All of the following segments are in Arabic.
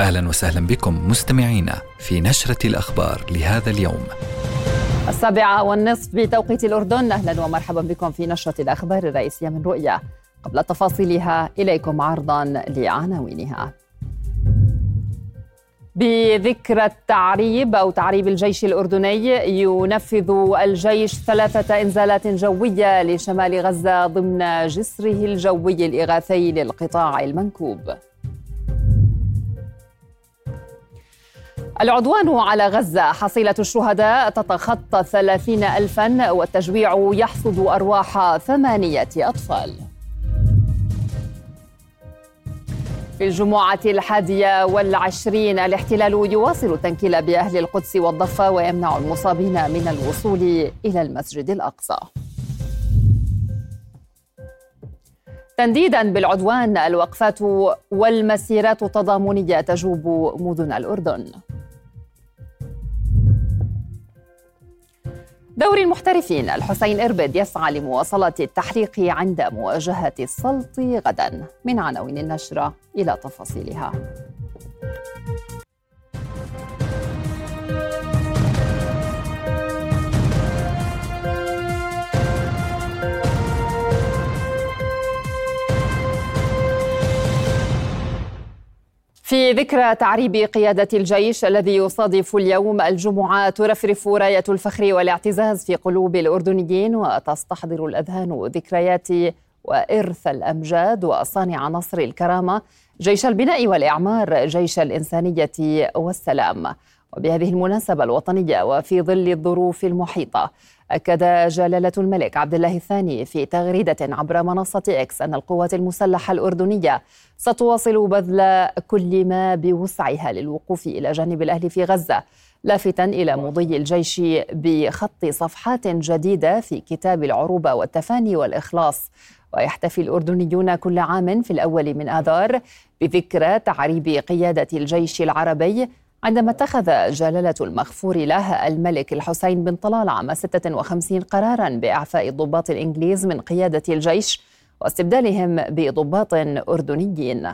أهلا وسهلا بكم مستمعينا في نشرة الأخبار لهذا اليوم 7:30 بتوقيت الأردن. أهلا ومرحبا بكم في نشرة الأخبار الرئيسية من رؤيا. قبل تفاصيلها إليكم عرضا لعناوينها. بذكرى التعريب أو تعريب الجيش الأردني، ينفذ الجيش 3 إنزالات جوية لشمال غزة ضمن جسره الجوي الإغاثي للقطاع المنكوب. العدوان على غزة، حصيلة الشهداء تتخطى 30,000 والتجويع يحصد أرواح 8 أطفال. في الجمعة 21 الاحتلال يواصل التنكيل بأهل القدس والضفة ويمنع المصابين من الوصول إلى المسجد الأقصى. تنديدا بالعدوان، الوقفات والمسيرات التضامنية تجوب مدن الأردن. دوري المحترفين، الحسين إربد يسعى لمواصلة التحليق عند مواجهة السلط غدا. من عناوين النشرة إلى تفاصيلها. في ذكرى تعريب قيادة الجيش الذي يصادف اليوم الجمعة، ترفرف راية الفخر والاعتزاز في قلوب الأردنيين، وتستحضر الأذهان ذكريات وإرث الأمجاد وصانع نصر الكرامة، جيش البناء والإعمار، جيش الإنسانية والسلام. وبهذه المناسبة الوطنية وفي ظل الظروف المحيطة، أكد جلالة الملك عبد الله الثاني في تغريدة عبر منصة إكس أن القوات المسلحة الأردنية ستواصل بذل كل ما بوسعها للوقوف إلى جانب الأهل في غزة، لافتا إلى مضي الجيش بخط صفحات جديدة في كتاب العروبة والتفاني والإخلاص. ويحتفي الأردنيون كل عام في الأول من آذار بذكرى تعريب قيادة الجيش العربي، عندما اتخذ جلالة المغفور له الملك الحسين بن طلال عام 56 قراراً بإعفاء الضباط الإنجليز من قيادة الجيش واستبدالهم بضباط أردنيين.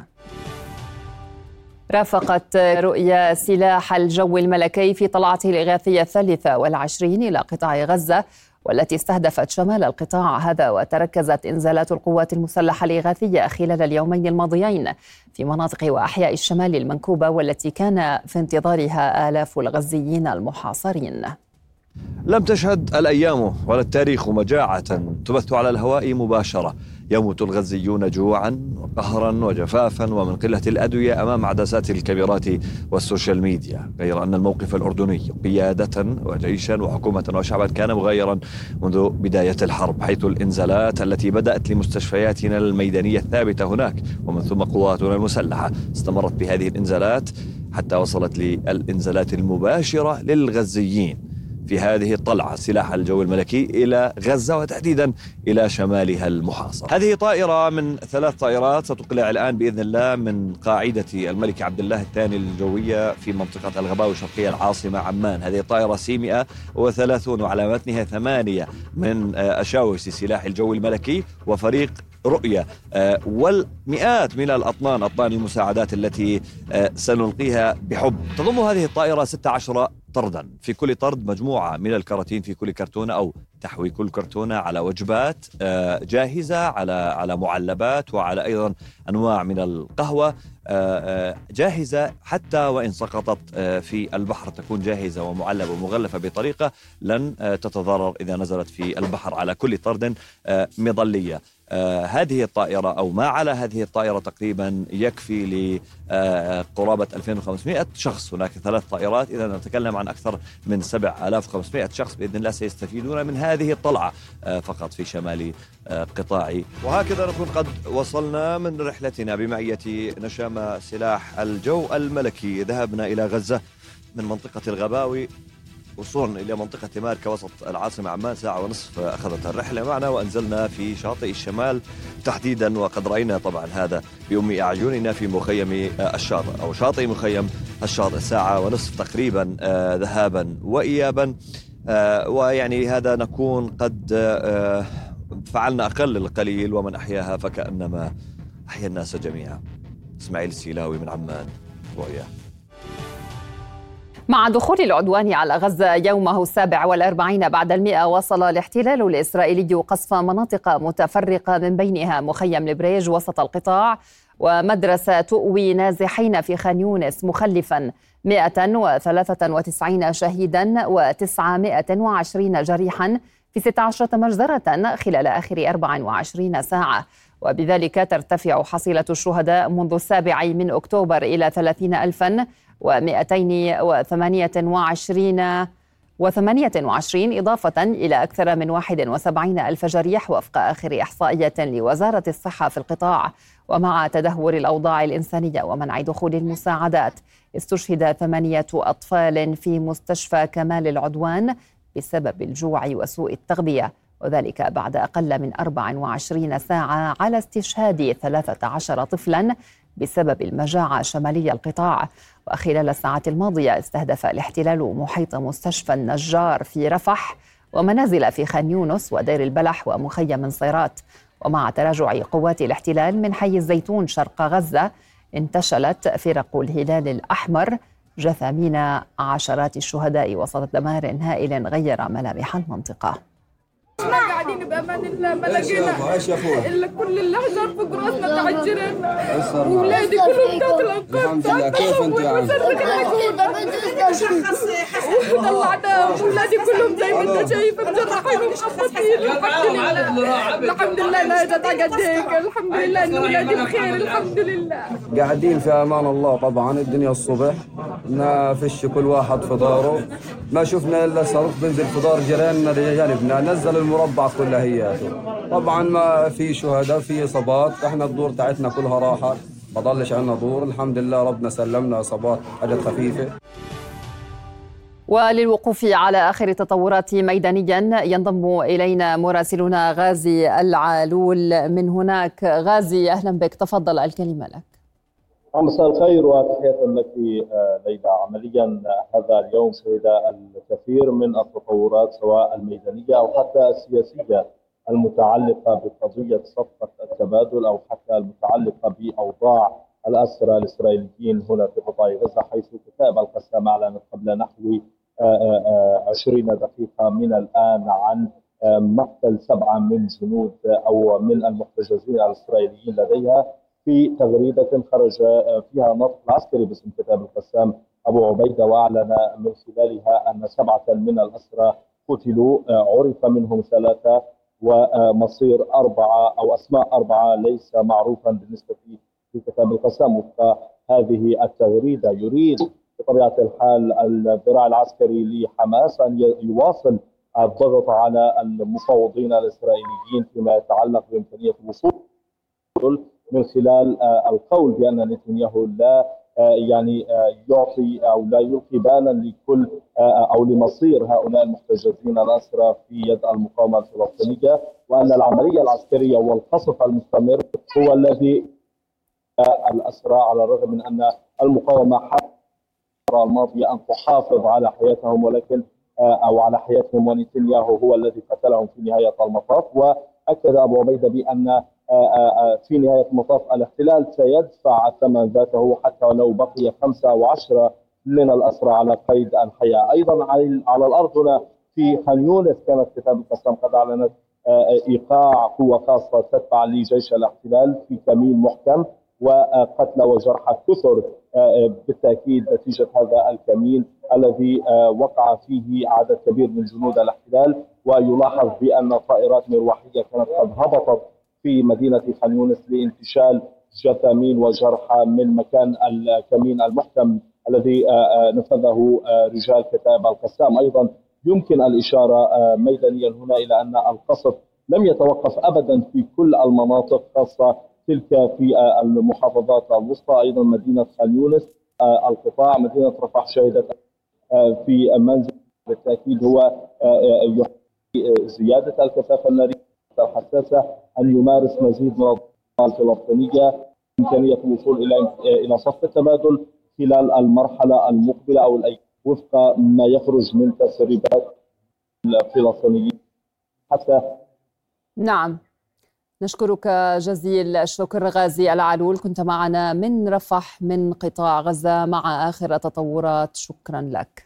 رافقت رؤيا سلاح الجو الملكي في طلعته الإغاثية 23 إلى قطاع غزة، والتي استهدفت شمال القطاع هذا، وتركزت إنزالات القوات المسلحة الإغاثية خلال اليومين الماضيين في مناطق وأحياء الشمال المنكوبة، والتي كان في انتظارها آلاف الغزيين المحاصرين. لم تشهد الأيام ولا التاريخ مجاعة تبث على الهواء مباشرة. يموت الغزيون جوعا وقهرا وجفافا ومن قلة الأدوية أمام عدسات الكاميرات والسوشيال ميديا، غير أن الموقف الأردني قيادة وجيشا وحكومة وشعبا كان مغايرا منذ بداية الحرب، حيث الإنزالات التي بدأت لمستشفياتنا الميدانية الثابتة هناك ومن ثم قواتنا المسلحة استمرت بهذه الإنزالات حتى وصلت للإنزالات المباشرة للغزيين في هذه الطلعة سلاح الجو الملكي إلى غزة وتحديدا إلى شمالها المحاصر. هذه طائرة من 3 طائرات ستقلع الآن بإذن الله من قاعدة الملك عبد الله الثاني الجوية في منطقة الغباوي الشرقية العاصمة عمان. هذه طائرة C-130 وعلى متنها 8 من أشاوس سلاح الجو الملكي وفريق رؤية والمئات من الأطنان، أطنان المساعدات التي سنلقيها بحب. تضم هذه الطائرة 16 طردا، في كل طرد مجموعة من الكراتين في كل كرتونة، أو تحوي كل كرتونة على وجبات جاهزة، على معلبات، وعلى أيضا أنواع من القهوة جاهزة، حتى وإن سقطت في البحر تكون جاهزة ومعلبة ومغلفة بطريقة لن تتضرر إذا نزلت في البحر. على كل طرد مظلية. هذه الطائرة أو ما على هذه الطائرة تقريبا يكفي لقرابة 2500 شخص. هناك 3 طائرات، إذا نتكلم عن أكثر من 7500 شخص بإذن الله سيستفيدون من هذه الطلعة فقط في شمال قطاع. وهكذا نكون قد وصلنا من رحلتنا بمعية نشامة سلاح الجو الملكي. ذهبنا إلى غزة من منطقة الغباوي وصولا إلى منطقة ماركا وسط العاصمة عمان. 1.5 ساعة أخذت الرحلة معنا، وأنزلنا في شاطئ الشمال تحديدا، وقد رأينا طبعا هذا بأم أعيننا في مخيم الشاطئ أو شاطئ مخيم الشاطئ. 1.5 ساعة تقريبا ذهابا وإيابا، ويعني هذا نكون قد فعلنا أقل القليل، ومن أحياها فكأنما أحيا الناس جميعا. إسماعيل السيلاوي من عمان، رؤية. مع دخول العدوان على غزة يومه 47 بعد 100 وصل الاحتلال الإسرائيلي قصف مناطق متفرقة من بينها مخيم البريج وسط القطاع ومدرسة تؤوي نازحين في خان يونس، مخلفا 193 شهيدا و920 جريحا في 16 مجزرة خلال آخر 24 ساعة، وبذلك ترتفع حصيلة الشهداء منذ 7 من أكتوبر إلى 30,228 إضافة إلى أكثر من 71 ألف جريح وفق آخر إحصائية لوزارة الصحة في القطاع. ومع تدهور الأوضاع الإنسانية ومنع دخول المساعدات، استشهد 8 أطفال في مستشفى كمال العدوان بسبب الجوع وسوء التغذية، وذلك بعد أقل من 24 ساعة على استشهاد 13 طفلا بسبب المجاعة شمالي القطاع. وخلال الساعات الماضية استهدف الاحتلال محيط مستشفى النجار في رفح ومنازل في خان يونس ودير البلح ومخيم صيرات. ومع تراجع قوات الاحتلال من حي الزيتون شرق غزة، انتشلت فرق الهلال الأحمر جثامين عشرات الشهداء وسط دمار هائل غير ملامح المنطقة. احنا قاعدين بامان الله، ما لقينا الا كل الاحجار فوق راسنا تعجرن، واولادي كلهم تحت الانقاض. الحمد لله. كيف انت يعني؟ طلعناهم واولادي كلهم زي ما انت شايف مجرحين ومخبطين. الحمد لله لا جت قد هيك، الحمد لله ان اولادي بخير، الحمد لله. قاعدين في امان الله. طبعا الدنيا الصبح ما فيش، كل واحد في داره، ما شفنا الا صاروخ بنزل في دار جيراننا لجانبنا، نزل المربع كلياته. طبعا ما في شهداء، في اصابات، احنا الدور تاعتنا كلها راحت، ما ضلش عندنا دور، الحمد لله ربنا سلمنا، اصابات حاجات خفيفه. وللوقوف على آخر تطورات ميدانيا ينضم إلينا مراسلنا غازي العالول من هناك. غازي أهلا بك، تفضل الكلمة لك. مساء الخير وتحية لك ليلى. عمليا هذا اليوم شهد الكثير من التطورات سواء الميدانية أو حتى السياسية المتعلقة بقضية صفقة التبادل أو حتى المتعلقة بأوضاع الأسرى الإسرائيليين هنا في قطاع غزة، حيث كتائب القسام أعلنت قبل نحو 20 دقيقة من الآن عن مقتل 7 من جنود أو من المحتجزين الإسرائيليين لديها، في تغريدة خرج فيها نص عسكري باسم كتاب القسام أبو عبيدة، وأعلن من خلالها أن 7 من الأسرى قتلوا، عرف منهم 3 ومصير 4 أو أسماء 4 ليس معروفا بالنسبة في كتاب القسام. وفق هذه التغريدة يريد بطبيعة الحال الذراع العسكري لحماس أن يواصل الضغط على المفاوضين الإسرائيليين فيما يتعلق بإمكانية الوصول من خلال القول بأن نتنياهو لا يعطي أو لا يلقي بالا لكل أو لمصير هؤلاء المحتجزين الأسرى في يد المقاومة الفلسطينية، وأن العملية العسكرية والقصف المستمر هو الذي الأسرى، على الرغم من أن المقاومة حاولت الماضية أن تحافظ على حياتهم، ولكن أو على حياتهم، ونتنياهو هو الذي قتلهم في نهاية المطاف. وأكد أبو عبيدة بأن في نهاية المطاف الاحتلال سيدفع الثمن ذاته حتى لو بقي 5 أو 10 من الأسرى على قيد الحياة. أيضا على الأرض هنا في خان يونس كانت كتاب القسام قد أعلنت إيقاع قوة خاصة تتبع لجيش الاحتلال في كمين محكم، وقتل وجرحى كثر بالتأكيد نتيجة هذا الكمين الذي وقع فيه عدد كبير من جنود الاحتلال. ويلاحظ بأن طائرات مروحية كانت قد هبطت في مدينة خان يونس لانتشال جثامين وجرحى من مكان الكمين المحكم الذي نفذه رجال كتائب القسام. أيضا يمكن الإشارة ميدانيا هنا إلى أن القصف لم يتوقف أبدا في كل المناطق، خاصة تلك في المحافظات الوسطى. أيضا مدينة خان يونس، القطاع، مدينة رفح شهدت في منزل بالتأكيد هو زيادة الكثافة النارية الحساسة، أن يمارس مزيد من الفلسطينية، إمكانية الوصول إلى صف التبادل خلال المرحلة المقبلة أو الأيام وفق ما يخرج من تسريبات الفلسطينيين حتى. نعم، نشكرك جزيل الشكر غازي العلول، كنت معنا من رفح من قطاع غزة مع آخر التطورات، شكرا لك.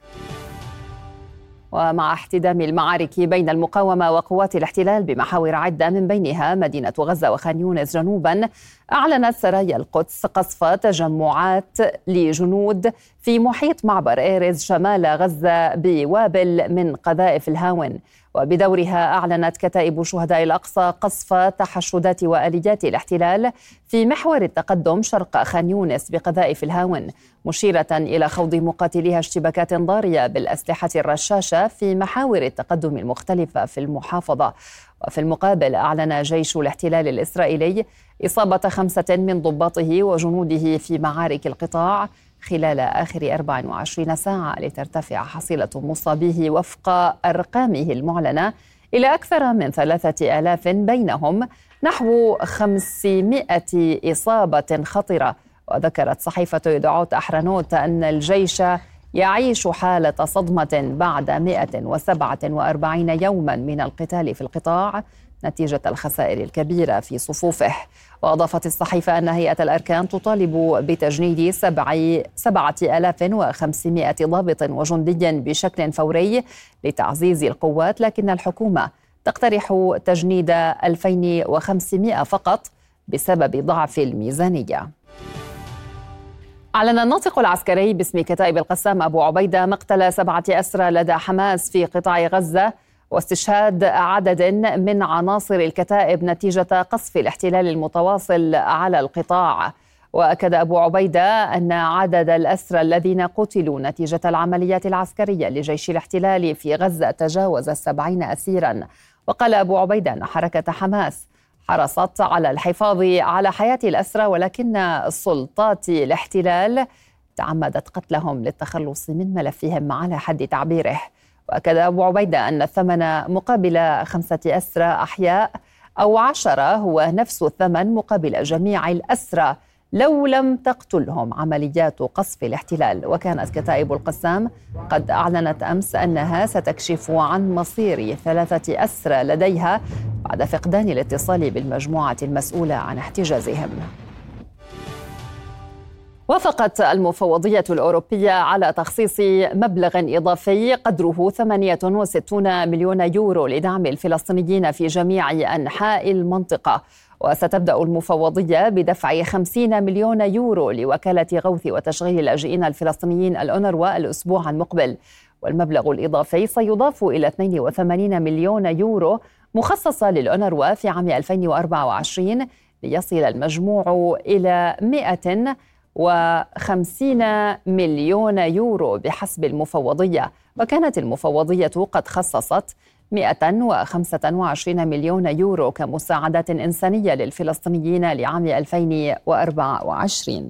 ومع احتدام المعارك بين المقاومة وقوات الاحتلال بمحاور عدة من بينها مدينة غزة وخان يونس جنوبا، أعلنت سرايا القدس قصف تجمعات لجنود في محيط معبر إيرز شمال غزة بوابل من قذائف الهاون. وبدورها أعلنت كتائب شهداء الأقصى قصف تحشدات وآليات الاحتلال في محور التقدم شرق خان يونس بقذائف الهاون، مشيرة إلى خوض مقاتليها اشتباكات ضارية بالأسلحة الرشاشة في محاور التقدم المختلفة في المحافظة. وفي المقابل أعلن جيش الاحتلال الإسرائيلي إصابة 5 من ضباطه وجنوده في معارك القطاع خلال آخر 24 ساعة، لترتفع حصيلة مصابيه وفق أرقامه المعلنة إلى أكثر من 3000، بينهم نحو 500 إصابة خطرة. وذكرت صحيفة يدعوت أحرنوت أن الجيش يعيش حالة صدمة بعد 147 يوما من القتال في القطاع نتيجة الخسائر الكبيرة في صفوفه. وأضافت الصحيفة أن هيئة الأركان تطالب بتجنيد 7500 ضابط وجندي بشكل فوري لتعزيز القوات، لكن الحكومة تقترح تجنيد 2500 فقط بسبب ضعف الميزانية. أعلن الناطق العسكري باسم كتائب القسام أبو عبيدة مقتل 7 أسرى لدى حماس في قطاع غزة واستشهاد عدد من عناصر الكتائب نتيجة قصف الاحتلال المتواصل على القطاع. وأكد أبو عبيدة أن عدد الأسرى الذين قتلوا نتيجة العمليات العسكرية لجيش الاحتلال في غزة تجاوز 70 أسيرا. وقال أبو عبيدة أن حركة حماس حرصت على الحفاظ على حياة الأسرى، ولكن سلطات الاحتلال تعمدت قتلهم للتخلص من ملفهم على حد تعبيره. وأكد أبو عبيدة أن الثمن مقابل 5 أسرى أحياء أو 10 هو نفس الثمن مقابل جميع الأسرى لو لم تقتلهم عمليات قصف الاحتلال. وكانت كتائب القسام قد أعلنت أمس أنها ستكشف عن مصير 3 أسرى لديها بعد فقدان الاتصال بالمجموعة المسؤولة عن احتجازهم. وافقت المفوضية الأوروبية على تخصيص مبلغ إضافي قدره 68 مليون يورو لدعم الفلسطينيين في جميع أنحاء المنطقة. وستبدأ المفوضية بدفع 50 مليون يورو لوكالة غوث وتشغيل اللاجئين الفلسطينيين الأونروا الأسبوع المقبل. والمبلغ الإضافي سيضاف إلى 82 مليون يورو مخصصة للأونروا في عام 2024 ليصل المجموع إلى 150 مليون يورو بحسب المفوضية. وكانت المفوضية قد خصصت 125 مليون يورو كمساعدات إنسانية للفلسطينيين لعام 2024.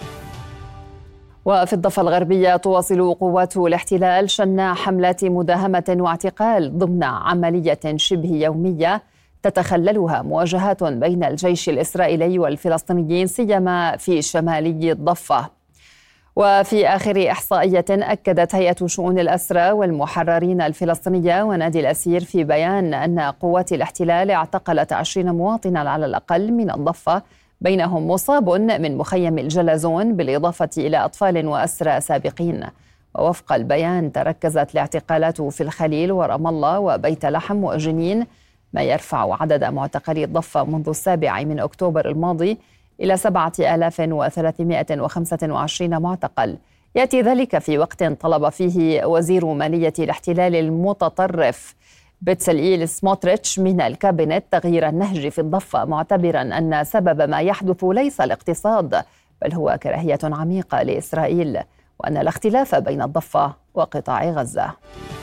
وفي الضفة الغربية تواصل قوات الاحتلال شن حملات مداهمة واعتقال ضمن عملية شبه يومية تتخللها مواجهات بين الجيش الإسرائيلي والفلسطينيين سيما في شمالي الضفة. وفي آخر إحصائية أكدت هيئة شؤون الأسرى والمحررين الفلسطينية ونادي الأسير في بيان أن قوات الاحتلال اعتقلت 20 مواطنا على الأقل من الضفة، بينهم مصاب من مخيم الجلزون بالإضافة إلى أطفال وأسرى سابقين. ووفق البيان تركزت الاعتقالات في الخليل ورام الله وبيت لحم وجنين، ما يرفع عدد معتقلي الضفة منذ 7 أكتوبر الماضي إلى 7325 معتقل. يأتي ذلك في وقت طلب فيه وزير مالية الاحتلال المتطرف بتسليل سموتريتش من الكابينت تغيير النهج في الضفة، معتبرا أن سبب ما يحدث ليس الاقتصاد بل هو كراهية عميقة لإسرائيل، وأن الاختلاف بين الضفة وقطاع غزة.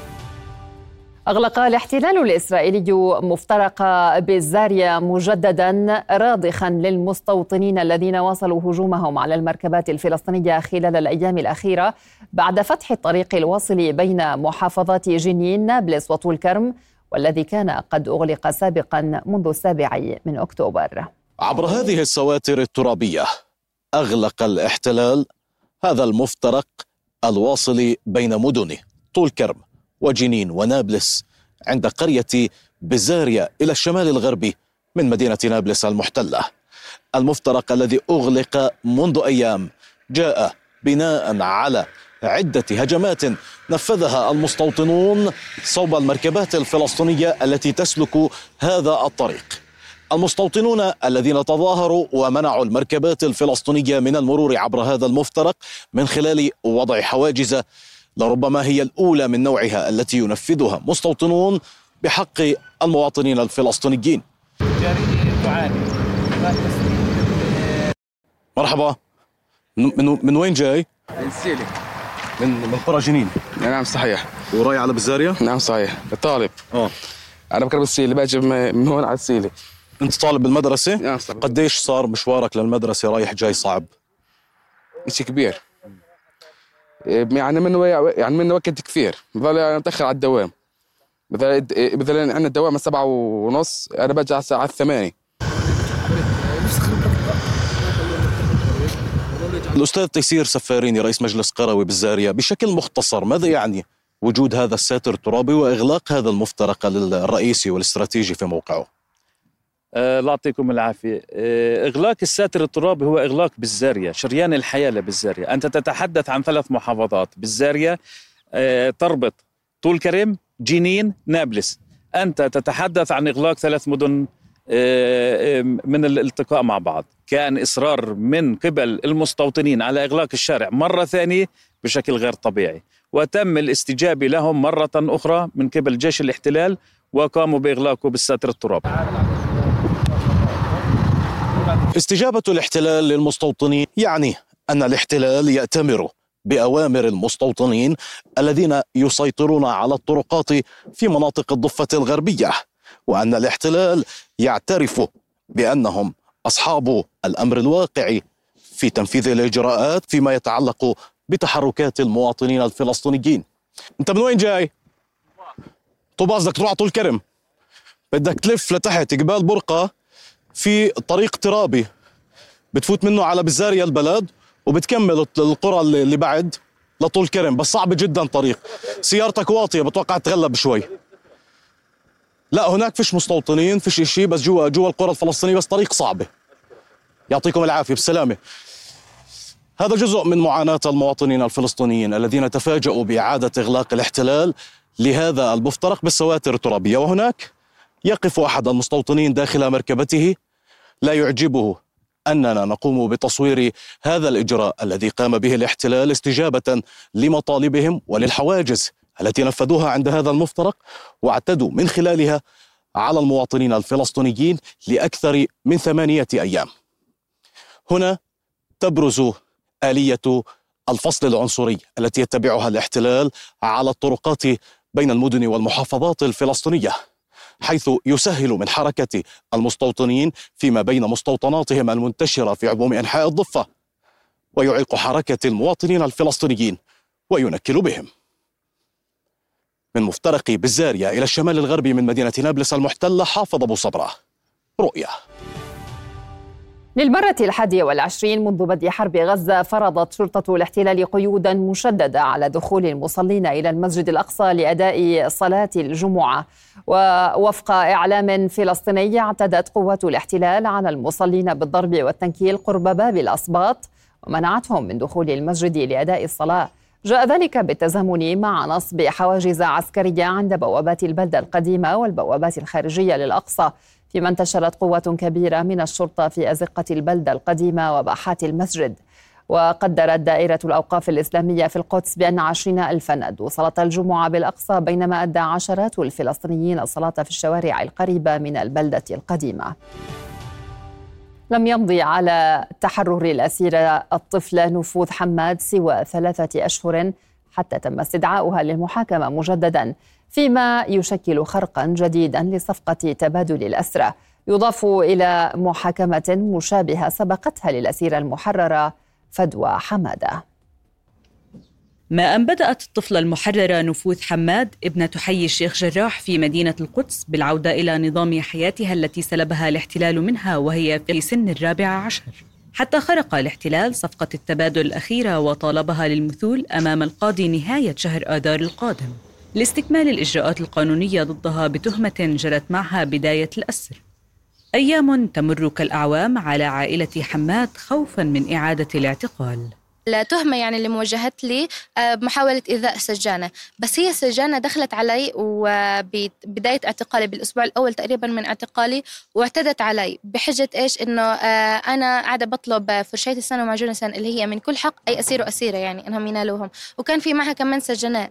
أغلق الاحتلال الإسرائيلي مفترق بالزارية مجددا، راضخا للمستوطنين الذين واصلوا هجومهم على المركبات الفلسطينية خلال الأيام الأخيرة بعد فتح الطريق الواصل بين محافظات جنين نابلس وطول كرم، والذي كان قد أغلق سابقا منذ 7 أكتوبر. عبر هذه السواتر الترابية أغلق الاحتلال هذا المفترق الواصل بين مدنه طول كرم وجنين ونابلس عند قرية بزاريا إلى الشمال الغربي من مدينة نابلس المحتلة. المفترق الذي أغلق منذ أيام جاء بناء على عدة هجمات نفذها المستوطنون صوب المركبات الفلسطينية التي تسلك هذا الطريق. المستوطنون الذين تظاهروا ومنعوا المركبات الفلسطينية من المرور عبر هذا المفترق من خلال وضع حواجز لربما هي الأولى من نوعها التي ينفذها مستوطنون بحق المواطنين الفلسطينيين. مرحبا، من وين جاي؟ من سيلي. من قرى جنين. نعم صحيح. وراي على بزارية؟ نعم صحيح. طالب. أنا بكره بالسيلي، باجي من هون على السيلي. أنت طالب بالمدرسة؟ نعم صحيح. قديش صار مشوارك للمدرسة رايح جاي صعب؟ شيء كبير. يعني من وقت كثير، بضل متأخر على الدوام. مثلا عندنا الدوام 7:30، أنا باجي على الساعة 8. الأستاذ تيسير سفاريني رئيس مجلس قروي بالزارية، بشكل مختصر ماذا يعني وجود هذا الساتر الترابي وإغلاق هذا المفترق الرئيسي والاستراتيجي في موقعه؟ الله يعطيكم العافية. إغلاق الساتر الترابي هو إغلاق بالزارية، شريان الحياة بالزارية. أنت تتحدث عن 3 محافظات بالزارية تربط طول كرم، جنين، نابلس. أنت تتحدث عن إغلاق 3 مدن من الالتقاء مع بعض. كان إصرار من قبل المستوطنين على إغلاق الشارع مرة ثانية بشكل غير طبيعي، وتم الاستجابة لهم مرة أخرى من قبل جيش الاحتلال وقاموا بإغلاقه بالساتر الترابي. استجابة الاحتلال للمستوطنين يعني أن الاحتلال يأتمر بأوامر المستوطنين الذين يسيطرون على الطرقات في مناطق الضفة الغربية، وأن الاحتلال يعترف بأنهم أصحاب الأمر الواقعي في تنفيذ الإجراءات فيما يتعلق بتحركات المواطنين الفلسطينيين. أنت من وين جاي؟ طوباز، بدك تروح على طول كرم، بدك تلف لتحت جبال برقة في طريق ترابي بتفوت منه على بزارية البلد وبتكمل القرى اللي بعد لطول كرم، بس صعب جدا طريق، سيارتك واطية بتوقع تغلب شوي. لا هناك فيش مستوطنين، فيش اشي، بس جوا القرى الفلسطينية، بس طريق صعبة. يعطيكم العافية، بالسلامة. هذا جزء من معاناة المواطنين الفلسطينيين الذين تفاجؤوا بإعادة إغلاق الاحتلال لهذا المفترق بالسواتر الترابية. وهناك يقف أحد المستوطنين داخل مركبته لا يعجبه أننا نقوم بتصوير هذا الإجراء الذي قام به الاحتلال استجابة لمطالبهم وللحواجز التي نفذوها عند هذا المفترق واعتدوا من خلالها على المواطنين الفلسطينيين لأكثر من 8 أيام. هنا تبرز آلية الفصل العنصري التي يتبعها الاحتلال على الطرقات بين المدن والمحافظات الفلسطينية، حيث يسهل من حركة المستوطنين فيما بين مستوطناتهم المنتشرة في عموم أنحاء الضفة، ويعيق حركة المواطنين الفلسطينيين وينكل بهم. من مفترق بالزارية إلى الشمال الغربي من مدينة نابلس المحتلة، حافظ أبو صبرة، رؤيا. للمرة 21 منذ بدء حرب غزة فرضت شرطة الاحتلال قيودا مشددة على دخول المصلين إلى المسجد الأقصى لأداء صلاة الجمعة. ووفق إعلام فلسطيني اعتدت قوات الاحتلال على المصلين بالضرب والتنكيل قرب باب الأسباط ومنعتهم من دخول المسجد لأداء الصلاة. جاء ذلك بالتزامن مع نصب حواجز عسكرية عند بوابات البلدة القديمة والبوابات الخارجية للأقصى، فيما انتشرت قوة كبيرة من الشرطة في أزقة البلدة القديمة وباحات المسجد. وقدرت دائرة الأوقاف الإسلامية في القدس بأن 20,000 أدوا صلاة الجمعة بالأقصى، بينما أدى عشرات الفلسطينيين الصلاة في الشوارع القريبة من البلدة القديمة. لم يمضي على تحرر الأسيرة الطفلة نفوذ حماد سوى 3 أشهر حتى تم استدعاؤها للمحاكمة مجددا، فيما يشكل خرقا جديدا لصفقة تبادل الأسرى، يضاف إلى محاكمة مشابهة سبقتها للأسيرة المحررة فدوى حمادة. ما أن بدأت الطفلة المحررة نفوذ حماد ابنة حي الشيخ جراح في مدينة القدس بالعودة إلى نظام حياتها التي سلبها الاحتلال منها وهي في سن 14، حتى خرق الاحتلال صفقة التبادل الأخيرة وطالبها للمثول أمام القاضي نهاية شهر آذار القادم لاستكمال الإجراءات القانونية ضدها بتهمة جرت معها بداية الأسر. أيام تمر كالأعوام على عائلة حماد خوفاً من إعادة الاعتقال. التهمة يعني اللي موجهت لي بمحاولة إيذاء سجانة، بس هي السجانة دخلت علي وبداية اعتقالي بالأسبوع الأول تقريبا من اعتقالي، واعتدت علي بحجة إيش إنه أنا قاعدة بطلب فرشاية السنة ومعجون السنة اللي هي من كل حق أي أسير وأسيرة يعني إنهم ينالوهم. وكان في معها كمان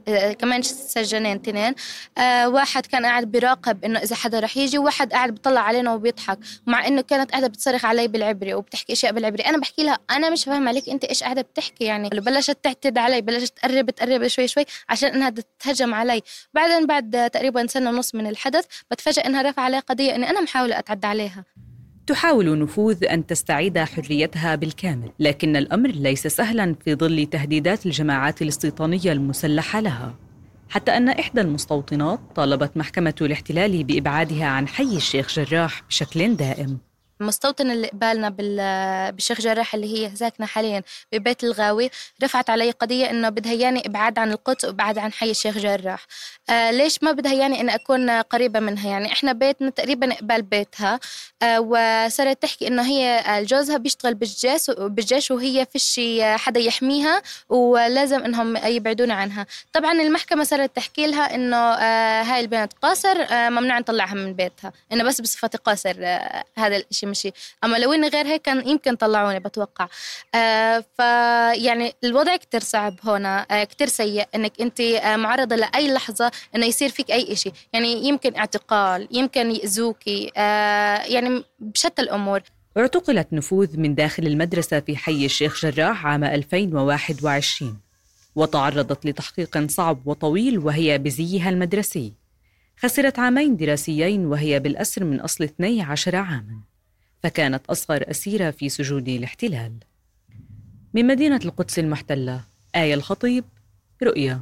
سجانين تنين، واحد كان قاعد بيراقب إنه إذا حدا رح يجي، وواحد قاعد بيطلع علينا وبيضحك، مع إنه كانت قاعدة بتصرخ علي بالعبري وبتحكي أشياء بالعبري. أنا بحكي لها أنا مش فاهمة عليك أنت إيش قاعدة بتحكي يعني. بلشت تعتد علي، بلشت تقرب شوي عشان انها تتهجم علي. بعد تقريبا سنة ونص من الحدث بتفاجئ انها رفع علي قضية اني انا محاولة اتعدى عليها. تحاول نفوذ أن تستعيد حريتها بالكامل، لكن الأمر ليس سهلاً في ظل تهديدات الجماعات الاستيطانية المسلحة لها، حتى أن إحدى المستوطنات طالبت محكمة الاحتلال بإبعادها عن حي الشيخ جراح بشكل دائم. المستوطنة اللي قبالنا بالشيخ جراح اللي هي ساكنة حاليا ببيت الغاوي رفعت علي قضية إنه بدها ياني إبعاد عن القدس وإبعاد عن حي الشيخ جراح. ليش ما بدها ياني إن أكون قريبة منها؟ يعني إحنا بيتنا تقريبا قبال بيتها، وصارت تحكي إنه هي جوزها بيشتغل بالجيش وهي فيش حدا يحميها ولازم إنهم يبعدونا عنها. طبعا المحكمة صارت تحكي لها إنه هاي البنت قاصر، ممنوع نطلعها من بيتها، إنه بس بصفة قاصر هذا الشيء مشي، أما لو إني غير هيك كان يمكن طلعوني بتوقع. فيعني الوضع كتير صعب هنا، كتير سيء إنك أنت معرضة لأي لحظة إنه يصير فيك أي إشي، يعني يمكن اعتقال، يمكن يأذوكي، يعني بشتى الأمور. اعتقلت نفوذ من داخل المدرسة في حي الشيخ جراح عام 2021، وتعرضت لتحقيق صعب وطويل وهي بزيها المدرسي. خسرت عامين دراسيين وهي بالأسر من أصل 12 عاماً، فكانت أصغر أسيرة في سجون الاحتلال. من مدينة القدس المحتلة، آية الخطيب، رؤيا.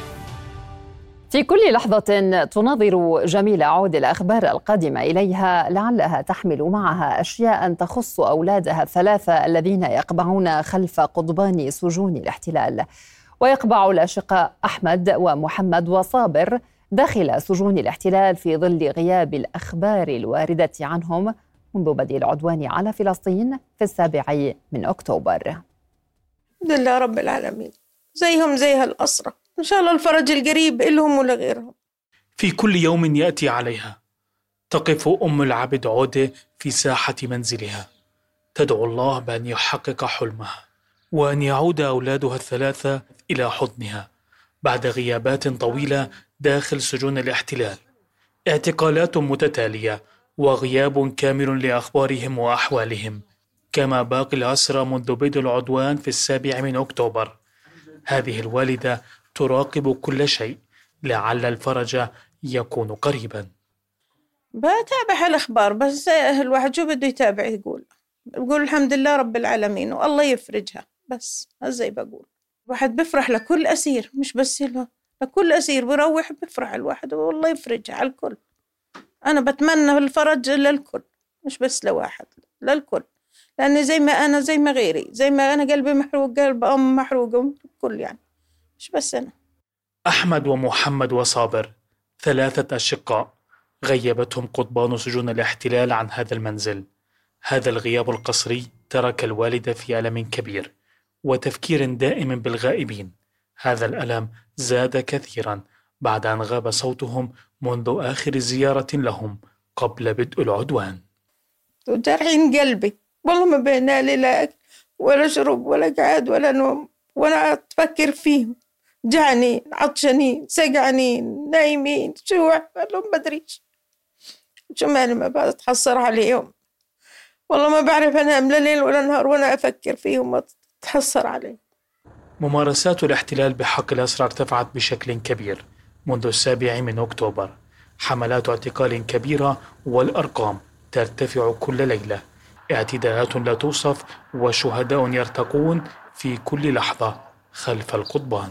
في كل لحظة تناظر جميلة عود الأخبار القادمة إليها لعلها تحمل معها أشياء تخص أولادها الثلاثة الذين يقبعون خلف قضبان سجون الاحتلال. ويقبع الأشقاء أحمد ومحمد وصابر داخل سجون الاحتلال في ظل غياب الأخبار الواردة عنهم منذ بدء العدوان على فلسطين في 7 أكتوبر. الحمد لله رب العالمين، زيهم زي هالأسرة، إن شاء الله الفرج القريب إلهم ولا غيرهم. في كل يوم يأتي عليها تقف أم العبد عودة في ساحة منزلها تدعو الله بأن يحقق حلمها وأن يعود أولادها الثلاثة إلى حضنها بعد غيابات طويلة داخل سجون الاحتلال، اعتقالات متتالية وغياب كامل لأخبارهم وأحوالهم، كما باقي الأسرى منذ بدء العدوان في 7 أكتوبر. هذه الوالدة تراقب كل شيء لعل الفرج يكون قريبا. بتابع الأخبار، بس الواحد شو بده يتابع، يقول الحمد لله رب العالمين والله يفرجها، بس هزي بقول. الواحد بفرح لكل أسير، مش بس له، لكل أسير بروح بفرح الواحد والله يفرجها على الكل. أنا بتمنى الفرج للكل، مش بس لواحد، للكل، لأني زي ما أنا زي ما غيري، زي ما أنا قلبي محروق قلب أم محروقة، الكل يعني، مش بس أنا. أحمد ومحمد وصابر 3 أشقاء غيبتهم قضبان سجون الاحتلال عن هذا المنزل. هذا الغياب القسري ترك الوالدة في ألم كبير وتفكير دائم بالغائبين. هذا الألم زاد كثيرا بعد أن غاب صوتهم منذ آخر زيارة لهم قبل بدء العدوان. وجرحين قلبي والله، ما بينا لي لا أكل ولا شرب ولا قعد ولا نوم، وأنا أتفكر فيهم، جعانين عطشانين سقعانين نايمين جوع، لهم ما أدريش شو مالي، ما بتحصر عليهم والله، ما بعرف أنام لا ليل ولا نهار وأنا أفكر فيهم وأتحصر عليهم. ممارسات الاحتلال بحق الأسرى ارتفعت بشكل كبير منذ 7 أكتوبر، حملات اعتقال كبيرة والأرقام ترتفع كل ليلة، اعتداءات لا توصف وشهداء يرتقون في كل لحظة خلف القضبان.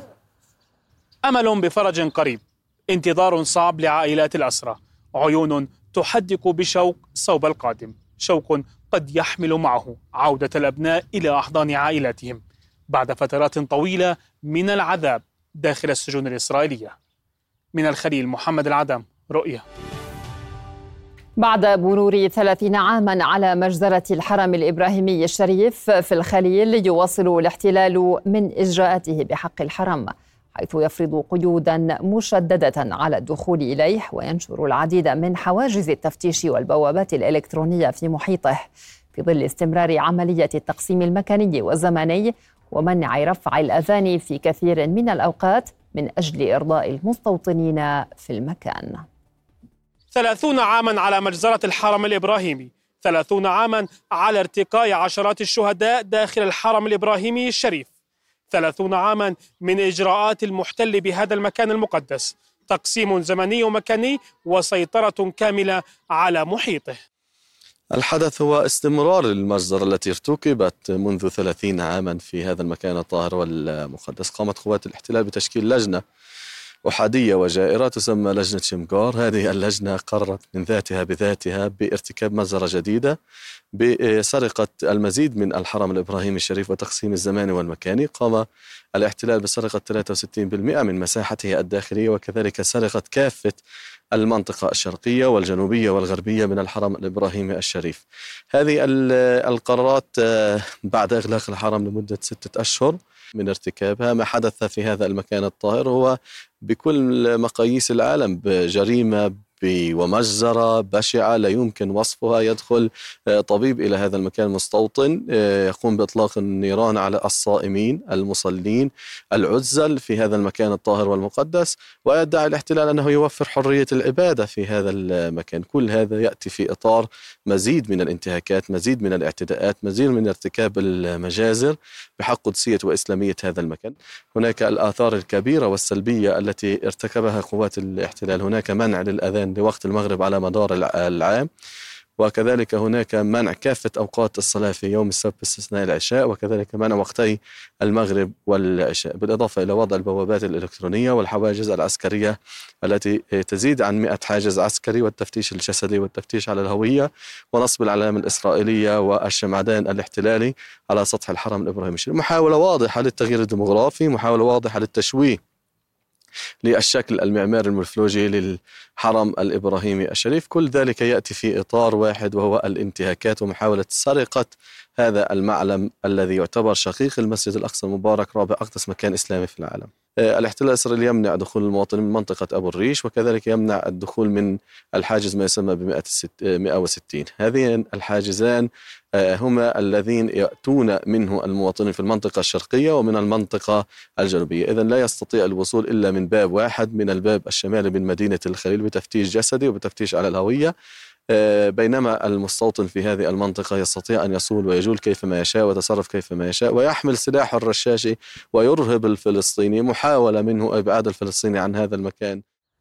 أمل بفرج قريب، انتظار صعب لعائلات الأسرى، عيون تحدق بشوق صوب القادم، شوق قد يحمل معه عودة الأبناء إلى أحضان عائلاتهم بعد فترات طويلة من العذاب داخل السجون الإسرائيلية. من الخليل، محمد العدم، رؤية. بعد مرور 30 عاما على مجزرة الحرم الإبراهيمي الشريف في الخليل، يواصل الاحتلال من إجراءاته بحق الحرم، حيث يفرض قيودا مشددة على الدخول إليه وينشر العديد من حواجز التفتيش والبوابات الإلكترونية في محيطه، في ظل استمرار عملية التقسيم المكاني والزمني ومنع رفع الأذان في كثير من الأوقات من أجل إرضاء المستوطنين في المكان. 30 عاما على مجزرة الحرم الإبراهيمي، 30 عاما على ارتقاء عشرات الشهداء داخل الحرم الإبراهيمي الشريف، 30 عاما من إجراءات المحتل بهذا المكان المقدس، تقسيم زمني ومكاني وسيطرة كاملة على محيطه. الحدث هو استمرار المجزرة التي ارتكبت منذ 30 عاما في هذا المكان الطاهر والمقدس. قامت قوات الاحتلال بتشكيل لجنة أحادية وجائرة تسمى لجنة شمغار. هذه اللجنة قررت من ذاتها بارتكاب مجزرة جديدة بسرقة المزيد من الحرم الإبراهيمي الشريف وتقسيم الزمان والمكاني. قام الاحتلال بسرقة 63% من مساحته الداخلية، وكذلك سرقة كافة المنطقة الشرقية والجنوبية والغربية من الحرم الإبراهيمي الشريف. هذه القرارات بعد إغلاق الحرم لمدة 6 أشهر من ارتكابها. ما حدث في هذا المكان الطاهر هو بكل مقاييس العالم بجريمة ومجزرة بشعة لا يمكن وصفها. يدخل طبيب إلى هذا المكان مستوطن يقوم بإطلاق النيران على الصائمين المصلين العزل في هذا المكان الطاهر والمقدس، ويدعي الاحتلال أنه يوفر حرية العبادة في هذا المكان. كل هذا يأتي في إطار مزيد من الانتهاكات، مزيد من الاعتداءات، مزيد من ارتكاب المجازر بحق قدسية وإسلامية هذا المكان. هناك الآثار الكبيرة والسلبية التي ارتكبها قوات الاحتلال. هناك منع للأذان لوقت المغرب على مدار العام، وكذلك هناك منع كافة أوقات الصلاة في يوم السبت باستثناء العشاء، وكذلك منع وقتي المغرب والعشاء، بالإضافة إلى وضع البوابات الإلكترونية والحواجز العسكرية التي تزيد عن 100 حاجز عسكري، والتفتيش الجسدي والتفتيش على الهوية، ونصب العلامة الإسرائيلية والشمعدان الاحتلالي على سطح الحرم الإبراهيمي الشريف. محاولة واضحة للتغيير الديمغرافي، محاولة واضحة للتشويه للشكل المعماري المورفولوجي للحرم الإبراهيمي الشريف. كل ذلك يأتي في إطار واحد، وهو الانتهاكات ومحاولة سرقة هذا المعلم الذي يعتبر شقيق المسجد الأقصى المبارك، رابع أقدس مكان إسلامي في العالم. الاحتلال الإسرائيلي يمنع دخول المواطنين من منطقة أبو الريش، وكذلك يمنع الدخول من الحاجز ما يسمى ب160. هذين الحاجزان هما الذين يأتون منه المواطنين في المنطقة الشرقية ومن المنطقة الجنوبية. إذن لا يستطيع الوصول إلا من باب واحد، من الباب الشمالي من مدينة الخليل، بتفتيش جسدي وبتفتيش على الهوية، بينما المستوطن في هذه المنطقة يستطيع أن يصول ويجول كيفما يشاء ويتصرف كيفما يشاء ويحمل سلاحه الرشاشي ويرهب الفلسطيني. محاولة منه إبعاد الفلسطيني عن هذا المكان.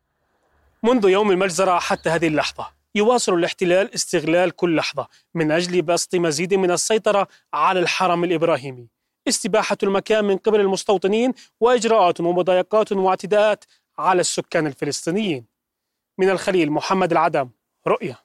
منذ يوم المجزرة حتى هذه اللحظة يواصل الاحتلال استغلال كل لحظة من أجل بسط مزيد من السيطرة على الحرم الإبراهيمي، استباحة المكان من قبل المستوطنين، وإجراءات ومضايقات واعتداءات على السكان الفلسطينيين. من الخليل، محمد العدم، رؤية.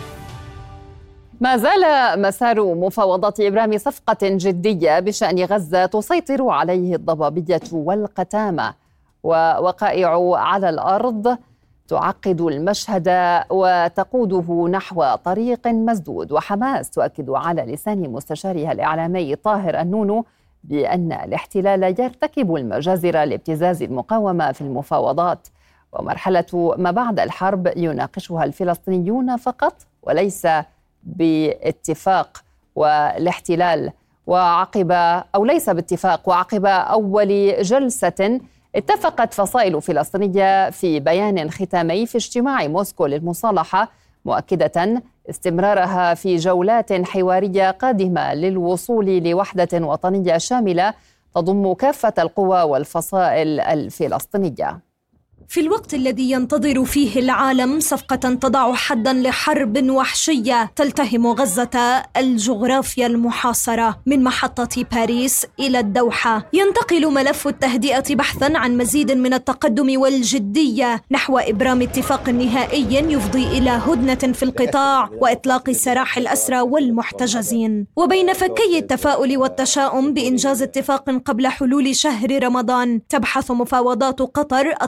ما زال مسار مفاوضات إبرام صفقة جدية بشأن غزة تسيطر عليه الضبابية والقتامة، ووقائع على الأرض تعقد المشهد وتقوده نحو طريق مسدود. وحماس تؤكد على لسان مستشارها الإعلامي طاهر النونو بأن الاحتلال يرتكب المجازر لابتزاز المقاومة في المفاوضات، ومرحلة ما بعد الحرب يناقشها الفلسطينيون فقط وليس باتفاق والاحتلال. ليس باتفاق. وعقب أول جلسة اتفقت فصائل فلسطينية في بيان ختامي في اجتماع موسكو للمصالحة، مؤكدة استمرارها في جولات حوارية قادمة للوصول لوحدة وطنية شاملة تضم كافة القوى والفصائل الفلسطينية. في الوقت الذي ينتظر فيه العالم صفقة تضع حداً لحرب وحشية تلتهم غزة الجغرافيا المحاصرة من محطة باريس إلى الدوحة، ينتقل ملف التهدئة بحثاً عن مزيد من التقدم والجدية نحو إبرام اتفاق نهائي يفضي إلى هدنة في القطاع وإطلاق سراح الأسرى والمحتجزين. وبين فكي التفاؤل والتشاؤم بإنجاز اتفاق قبل حلول شهر رمضان، تبحث مفاوضات قطر التفاصيل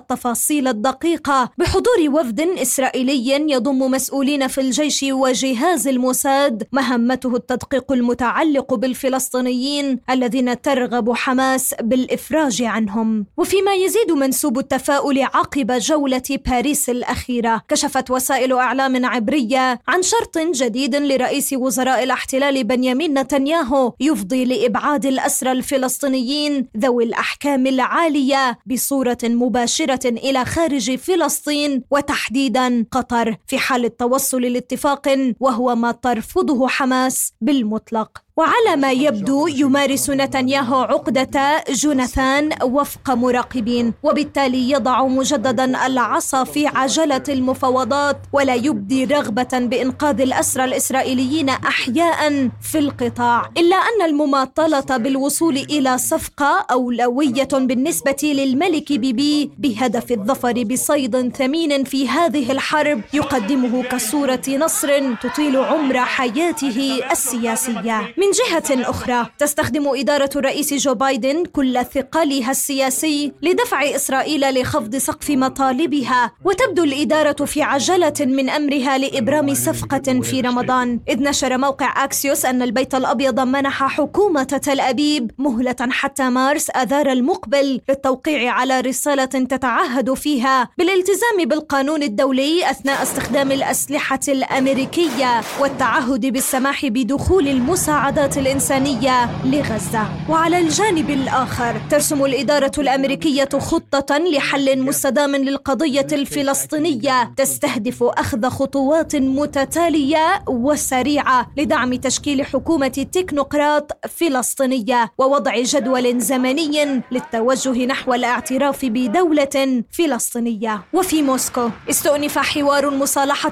التفاصيل الدقيقة بحضور وفد إسرائيلي يضم مسؤولين في الجيش وجهاز الموساد مهمته التدقيق المتعلق بالفلسطينيين الذين ترغب حماس بالإفراج عنهم. وفيما يزيد منسوب التفاؤل عقب جولة باريس الأخيرة، كشفت وسائل أعلام عبرية عن شرط جديد لرئيس وزراء الاحتلال بنيامين نتنياهو يفضي لإبعاد الأسرى الفلسطينيين ذوي الأحكام العالية بصورة مباشرة إلى خارج فلسطين وتحديدا قطر في حال التوصل لاتفاق، وهو ما ترفضه حماس بالمطلق. وعلى ما يبدو يمارس نتنياهو عقدة جوناثان وفق مراقبين، وبالتالي يضع مجددا العصا في عجلة المفاوضات ولا يبدي رغبة بإنقاذ الأسرى الإسرائيليين أحياء في القطاع، إلا أن المماطلة بالوصول إلى صفقة أولوية بالنسبة للملك بيبي بهدف الظفر بصيد ثمين في هذه الحرب يقدمه كصورة نصر تطيل عمر حياته السياسية. من جهة أخرى تستخدم إدارة الرئيس جو بايدن كل ثقلها السياسي لدفع إسرائيل لخفض سقف مطالبها، وتبدو الإدارة في عجلة من أمرها لإبرام صفقة في رمضان، إذ نشر موقع أكسيوس أن البيت الأبيض منح حكومة تل أبيب مهلة حتى مارس آذار المقبل للتوقيع على رسالة تتعهد فيها بالالتزام بالقانون الدولي أثناء استخدام الأسلحة الأمريكية والتعهد بالسماح بدخول المساعدات الإنسانية لغزة. وعلى الجانب الآخر ترسم الإدارة الأمريكية خطة لحل مستدام للقضية الفلسطينية تستهدف أخذ خطوات متتالية وسريعة لدعم تشكيل حكومة تكنوقراط فلسطينية ووضع جدول زمني للتوجه نحو الاعتراف بدولة فلسطينية. وفي موسكو استؤنف حوار المصالحة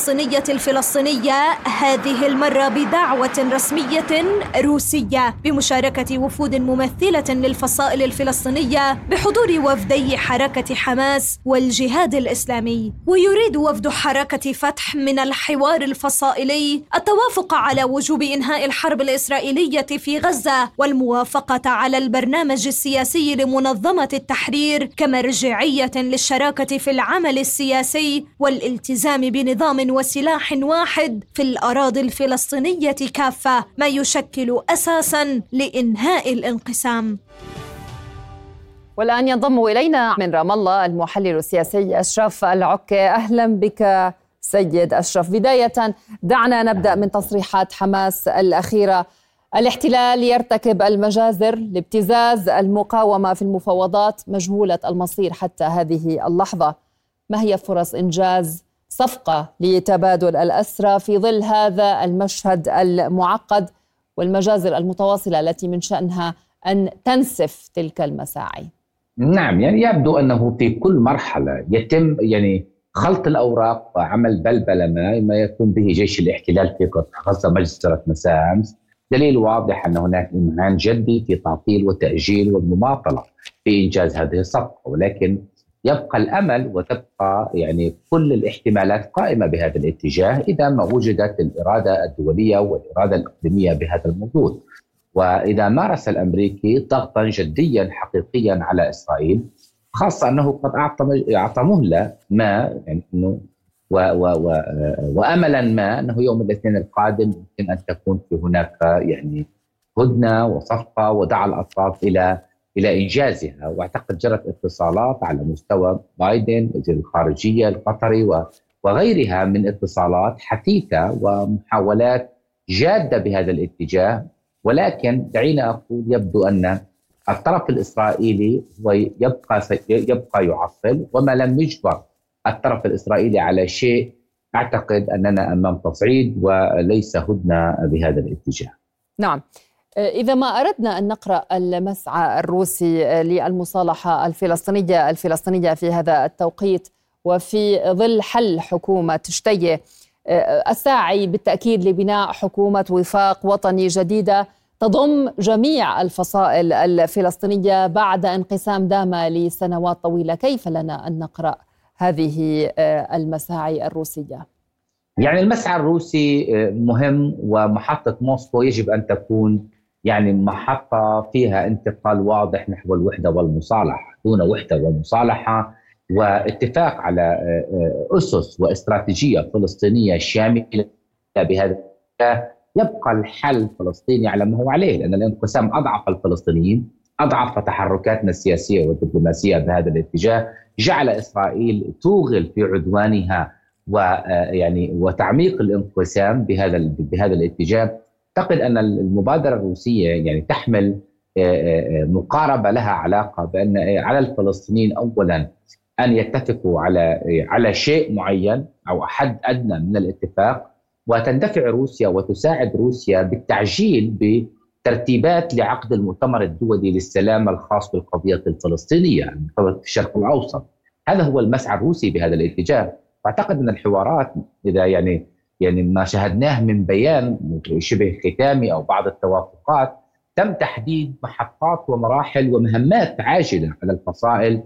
الفلسطينية هذه المرة بدعوة رسمية روسية بمشاركة وفود ممثلة للفصائل الفلسطينية بحضور وفدي حركة حماس والجهاد الإسلامي. ويريد وفد حركة فتح من الحوار الفصائلي التوافق على وجوب إنهاء الحرب الإسرائيلية في غزة والموافقة على البرنامج السياسي لمنظمة التحرير كمرجعية للشراكة في العمل السياسي والالتزام بنظام وسلاح واحد في الأراضي الفلسطينية كافة، ما يشكل أساساً لإنهاء الانقسام. والآن ينضم إلينا من رام الله المحلل السياسي أشرف العكي. أهلا بك سيد أشرف. بداية دعنا نبدأ من تصريحات حماس الأخيرة. الاحتلال يرتكب المجازر لابتزاز المقاومة في المفاوضات مجهولة المصير حتى هذه اللحظة. ما هي فرص إنجاز صفقة لتبادل الأسرى في ظل هذا المشهد المعقد والمجازر المتواصلة التي من شأنها أن تنسف تلك المساعي؟ نعم، يعني يبدو أنه في كل مرحلة يتم خلط الأوراق وعمل بلبلة ما يقوم به جيش الاحتلال في قطاع غزة مجزرة مساء أمس. دليل واضح أن هناك إمهان جدي في تعطيل وتأجيل والمماطلة في إنجاز هذه الصفقة، ولكن يبقى الأمل وتبقى كل الاحتمالات قائمة بهذا الاتجاه إذا ما وجدت الإرادة الدولية والإرادة الإقليمية بهذا الموضوع، وإذا مارس الأمريكي ضغطا جديا حقيقيا على إسرائيل، خاصة أنه قد أعطى مهلة ما وأملا ما أنه يوم الاثنين القادم يمكن أن تكون في هناك هدنة وصفقة ودعا الأطراف إلى إنجازها. واعتقد جرت اتصالات على مستوى بايدن وزير الخارجية القطري وغيرها من اتصالات حثيثة ومحاولات جادة بهذا الاتجاه، ولكن دعينا أقول يبدو أن الطرف الإسرائيلي هو يبقى يعطل، وما لم يجبر الطرف الإسرائيلي على شيء أعتقد أننا أمام تصعيد وليس هدنة بهذا الاتجاه. نعم، إذا ما أردنا أن نقرأ المسعى الروسي للمصالحة الفلسطينية في هذا التوقيت وفي ظل حل حكومة شتية الساعي بالتأكيد لبناء حكومة وفاق وطني جديدة تضم جميع الفصائل الفلسطينية بعد انقسام دام لسنوات طويلة، كيف لنا أن نقرأ هذه المساعي الروسية؟ المسعى الروسي مهم، ومحطة موسكو يجب أن تكون محطة فيها انتقال واضح نحو الوحدة والمصالحة. دون وحدة ومصالحة واتفاق على أسس واستراتيجية فلسطينية شاملة بهذا يبقى الحل الفلسطيني على ما هو عليه، لأن الانقسام أضعف الفلسطينيين، أضعف تحركاتنا السياسية والدبلوماسية بهذا الاتجاه، جعل إسرائيل توغل في عدوانها وتعميق الانقسام بهذا الاتجاه. أعتقد أن المبادرة الروسية يعني تحمل مقاربة لها علاقة بأن على الفلسطينيين أولا أن يتفقوا على شيء معين أو حد أدنى من الاتفاق، وتندفع روسيا وتساعد روسيا بالتعجيل بترتيبات لعقد المؤتمر الدولي للسلام الخاص بالقضية الفلسطينية في الشرق الأوسط. هذا هو المسعى الروسي بهذا الاتجاه. واعتقد أن الحوارات إذا يعني ما شاهدناه من بيان شبه ختامي أو بعض التوافقات، تم تحديد محطات ومراحل ومهمات عاجلة على الفصائل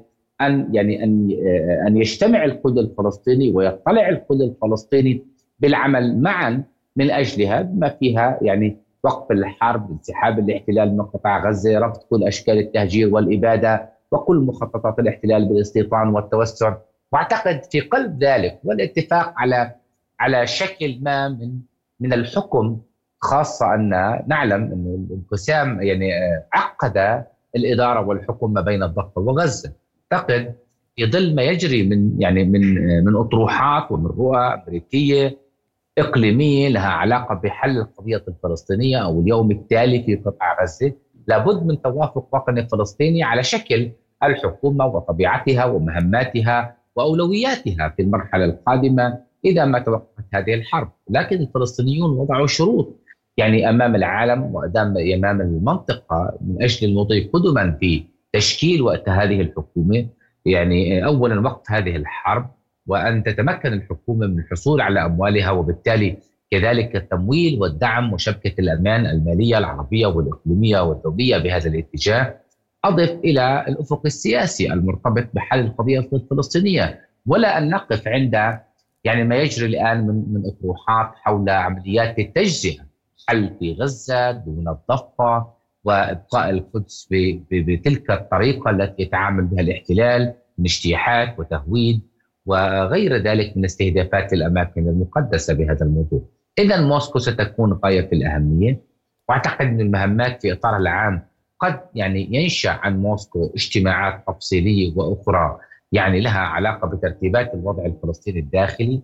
أن يجتمع الكل الفلسطيني ويطلع الكل الفلسطيني بالعمل معا من أجلها، بما فيها يعني وقف الحرب، انسحاب الاحتلال من قطاع غزة، رفض كل أشكال التهجير والإبادة وكل مخططات الاحتلال بالاستيطان والتوسع. واعتقد في قلب ذلك والاتفاق على شكل ما من الحكم، خاصة أن نعلم أن الانقسام يعني عقد الإدارة والحكم ما بين الضفة وغزة. أعتقد في ظل ما يجري من أطروحات ومن رؤى أمريكية إقليمية لها علاقة بحل القضية الفلسطينية أو اليوم التالي في قطاع غزة، لابد من توافق وطني فلسطيني على شكل الحكومة وطبيعتها ومهماتها وأولوياتها في المرحلة القادمة إذا ما توقفت هذه الحرب. لكن الفلسطينيون وضعوا شروط يعني أمام العالم وأمام المنطقة من أجل المضي قدما في تشكيل وقت هذه الحكومة. يعني أولا وقت هذه الحرب، وأن تتمكن الحكومة من الحصول على أموالها وبالتالي كذلك التمويل والدعم وشبكة الأمان المالية العربية والإقليمية والدولية بهذا الاتجاه. أضف إلى الأفق السياسي المرتبط بحل القضية الفلسطينية، ولا أن نقف عند يعني ما يجري الآن من أطروحات حول عمليات التجزئة، حل في غزة دون الضفة وإبقاء القدس بتلك الطريقة التي يتعامل بها الاحتلال من اجتياحات وتهويد وغير ذلك من استهدافات الأماكن المقدسة بهذا الموضوع. إذن موسكو ستكون غاية في الأهمية، وأعتقد أن المهمات في إطار العام قد يعني ينشأ عن موسكو اجتماعات تفصيلية وأخرى يعني لها علاقة بترتيبات الوضع الفلسطيني الداخلي،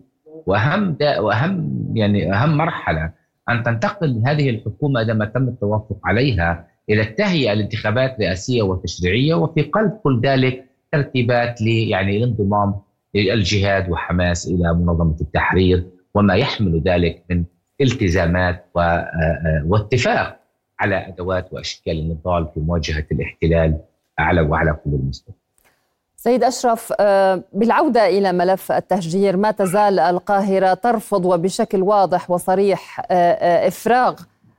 وأهم مرحلة أن تنتقل هذه الحكومة إذا ما تم التوافق عليها إلى التهيئة لانتخابات رئاسية وتشريعية، وفي قلب كل ذلك ترتيبات الانضمام الجهاد وحماس إلى منظمة التحرير وما يحمل ذلك من التزامات واتفاق على أدوات وأشكال النضال في مواجهة الاحتلال وعلى كل المستوى. سيد أشرف، بالعودة إلى ملف التهجير، ما تزال القاهرة ترفض وبشكل واضح وصريح إفراغ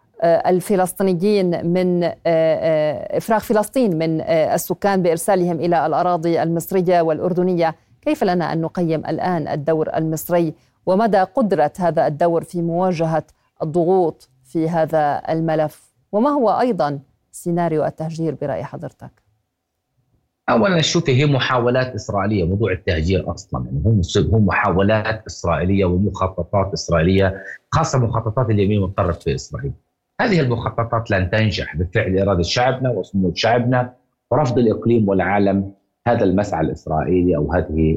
الفلسطينيين من إفراغ فلسطين من السكان بإرسالهم إلى الأراضي المصرية والأردنية. كيف لنا أن نقيم الآن الدور المصري ومدى قدرة هذا الدور في مواجهة الضغوط في هذا الملف؟ وما هو أيضا سيناريو التهجير برأي حضرتك؟ أولا شوفي، هي محاولات إسرائيلية. موضوع التهجير أصلا يعني هو محاولات إسرائيلية ومخططات إسرائيلية، خاصة مخططات اليمين المتطرف في إسرائيل. هذه المخططات لن تنجح بفعل إرادة شعبنا وصمود شعبنا ورفض الإقليم والعالم هذا المسعى الإسرائيلي أو هذه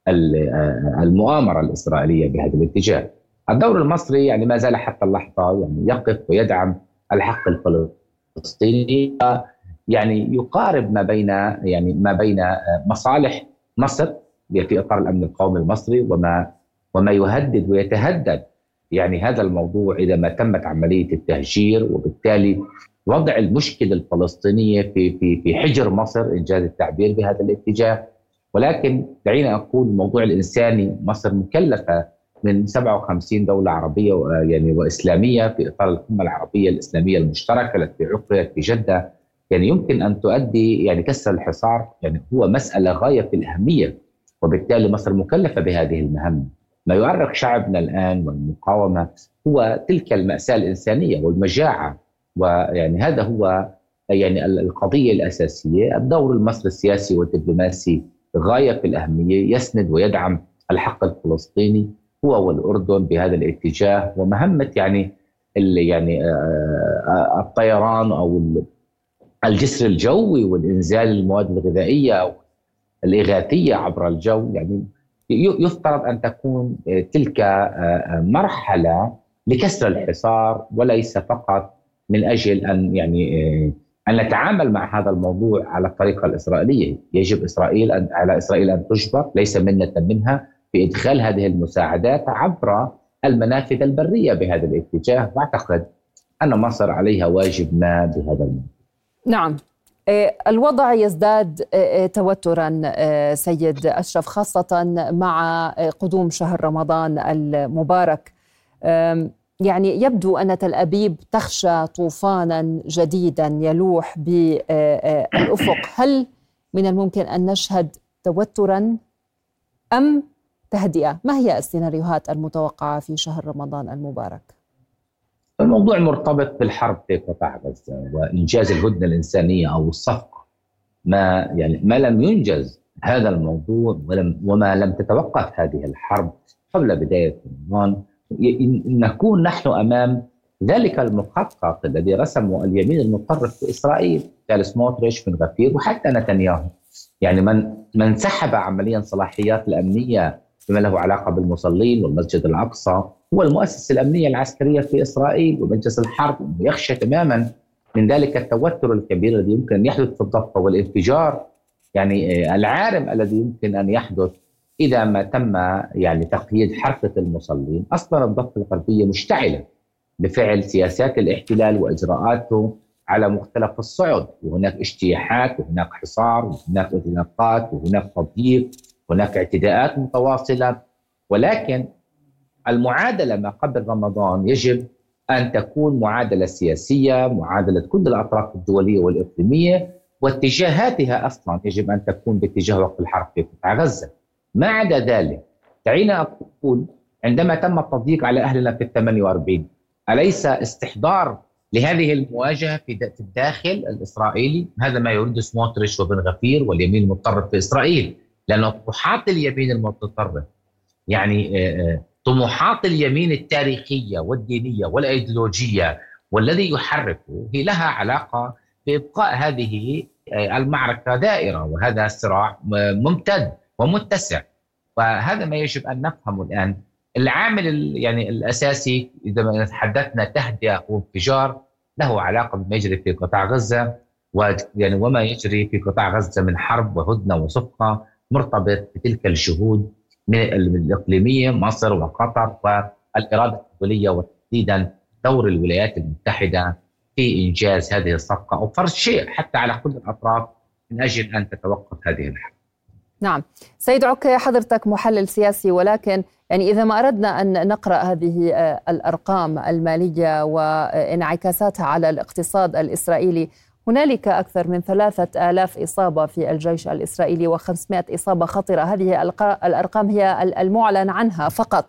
المؤامرة الإسرائيلية بهذا الاتجاه. الدور المصري يعني ما زال حتى اللحظة يعني يقف ويدعم الحق الفلسطيني، يعني يقارب ما بين مصالح مصر في إطار الأمن القومي المصري وما يهدد ويتهدد يعني هذا الموضوع إذا ما تمت عملية التهجير، وبالتالي وضع المشكلة الفلسطينية في حجر مصر إنجاز التعبير بهذا الاتجاه. ولكن دعينا أقول الموضوع الإنساني، مصر مكلفة من 57 دولة عربية يعني وإسلامية في إطار القمة العربية الإسلامية المشتركة التي عقدت في جدة، يعني يمكن أن تؤدي يعني كسر الحصار، يعني هو مسألة غاية في الأهمية، وبالتالي مصر مكلفة بهذه المهمة. ما يؤرق شعبنا الآن والمقاومة هو تلك المأساة الإنسانية والمجاعة، ويعني هذا هو يعني القضية الأساسية. الدور المصري السياسي والدبلوماسي غاية في الأهمية، يسند ويدعم الحق الفلسطيني هو والأردن بهذا الاتجاه. ومهمة يعني الطيران أو الجسر الجوي والإنزال المواد الغذائية أو الإغاثية عبر الجو، يعني يفترض أن تكون تلك مرحلة لكسر الحصار، وليس فقط من أجل أن أن نتعامل مع هذا الموضوع على الطريقة الإسرائيلية. يجب على إسرائيل أن تجبر، ليس منة منها، في إدخال هذه المساعدات عبر المنافذ البرية بهذا الاتجاه. وأعتقد أن مصر عليها واجب ما بهذا الموضوع. نعم. الوضع يزداد توترا سيد أشرف، خاصة مع قدوم شهر رمضان المبارك. يعني يبدو أن تل أبيب تخشى طوفانا جديدا يلوح بالأفق. هل من الممكن أن نشهد توترا أم تهدئة؟ ما هي السيناريوهات المتوقعة في شهر رمضان المبارك؟ الموضوع مرتبط بالحرب في قطاع غزة وإنجاز الهدنة الإنسانية أو الصفقة. ما لم ينجز هذا الموضوع وما لم تتوقف هذه الحرب قبل بداية رمضان، نكون نحن أمام ذلك المخطط الذي رسمه اليمين المتطرف في إسرائيل، قال سموتريتش من غفير وحتى نتنياهو. يعني من سحب عمليا صلاحيات الأمنية بما له علاقة بالمصلين والمسجد الأقصى هو المؤسسة الأمنية العسكرية في إسرائيل ومجلس الحرب، ويخشى تماما من ذلك التوتر الكبير الذي يمكن أن يحدث في الضفة والانفجار العارم الذي يمكن أن يحدث إذا ما تم تقييد حركة المصلين. أصلا الضفة الغربية مشتعلة بفعل سياسات الاحتلال وإجراءاته على مختلف الصعد، وهناك اجتياحات وهناك حصار وهناك إغلاقات وهناك تضييق وهناك اعتداءات متواصلة. ولكن المعادلة ما قبل رمضان يجب أن تكون معادلة سياسية، معادلة كل الأطراف الدولية والإقليمية، واتجاهاتها أصلا يجب أن تكون باتجاه وقف الحرب في قطاع غزة. ما عدا ذلك دعينا أقول عندما تم التضييق على أهلنا في 48 أليس استحضار لهذه المواجهة في الداخل الإسرائيلي؟ هذا ما يريد سموتريتش وبن غفير واليمين المتطرف في إسرائيل، لأن طموحات اليمين المتطرف طموحات اليمين التاريخية والدينية والأيديولوجية والذي يحركه هي لها علاقة بإبقاء هذه المعركة دائرة وهذا الصراع ممتد ومتسع. وهذا ما يجب أن نفهمه الآن. العامل الأساسي إذا ما تحدثنا تهدئة وانفجار له علاقة بما يجري في قطاع غزة وما يجري في قطاع غزة من حرب وهدنة وصفقة مرتبط بتلك الجهود من الإقليمية مصر وقطر والإرادة الدولية وتحديدا دور الولايات المتحدة في إنجاز هذه الصفقة أو فرض شيء حتى على كل الأطراف من أجل أن تتوقف هذه الحرب. نعم سيد عكا، حضرتك محلل سياسي، ولكن إذا ما أردنا أن نقرأ هذه الأرقام المالية وانعكاساتها على الاقتصاد الإسرائيلي، هنالك أكثر من 3000 إصابة في الجيش الإسرائيلي و500 إصابة خطرة. هذه الأرقام هي المعلن عنها فقط،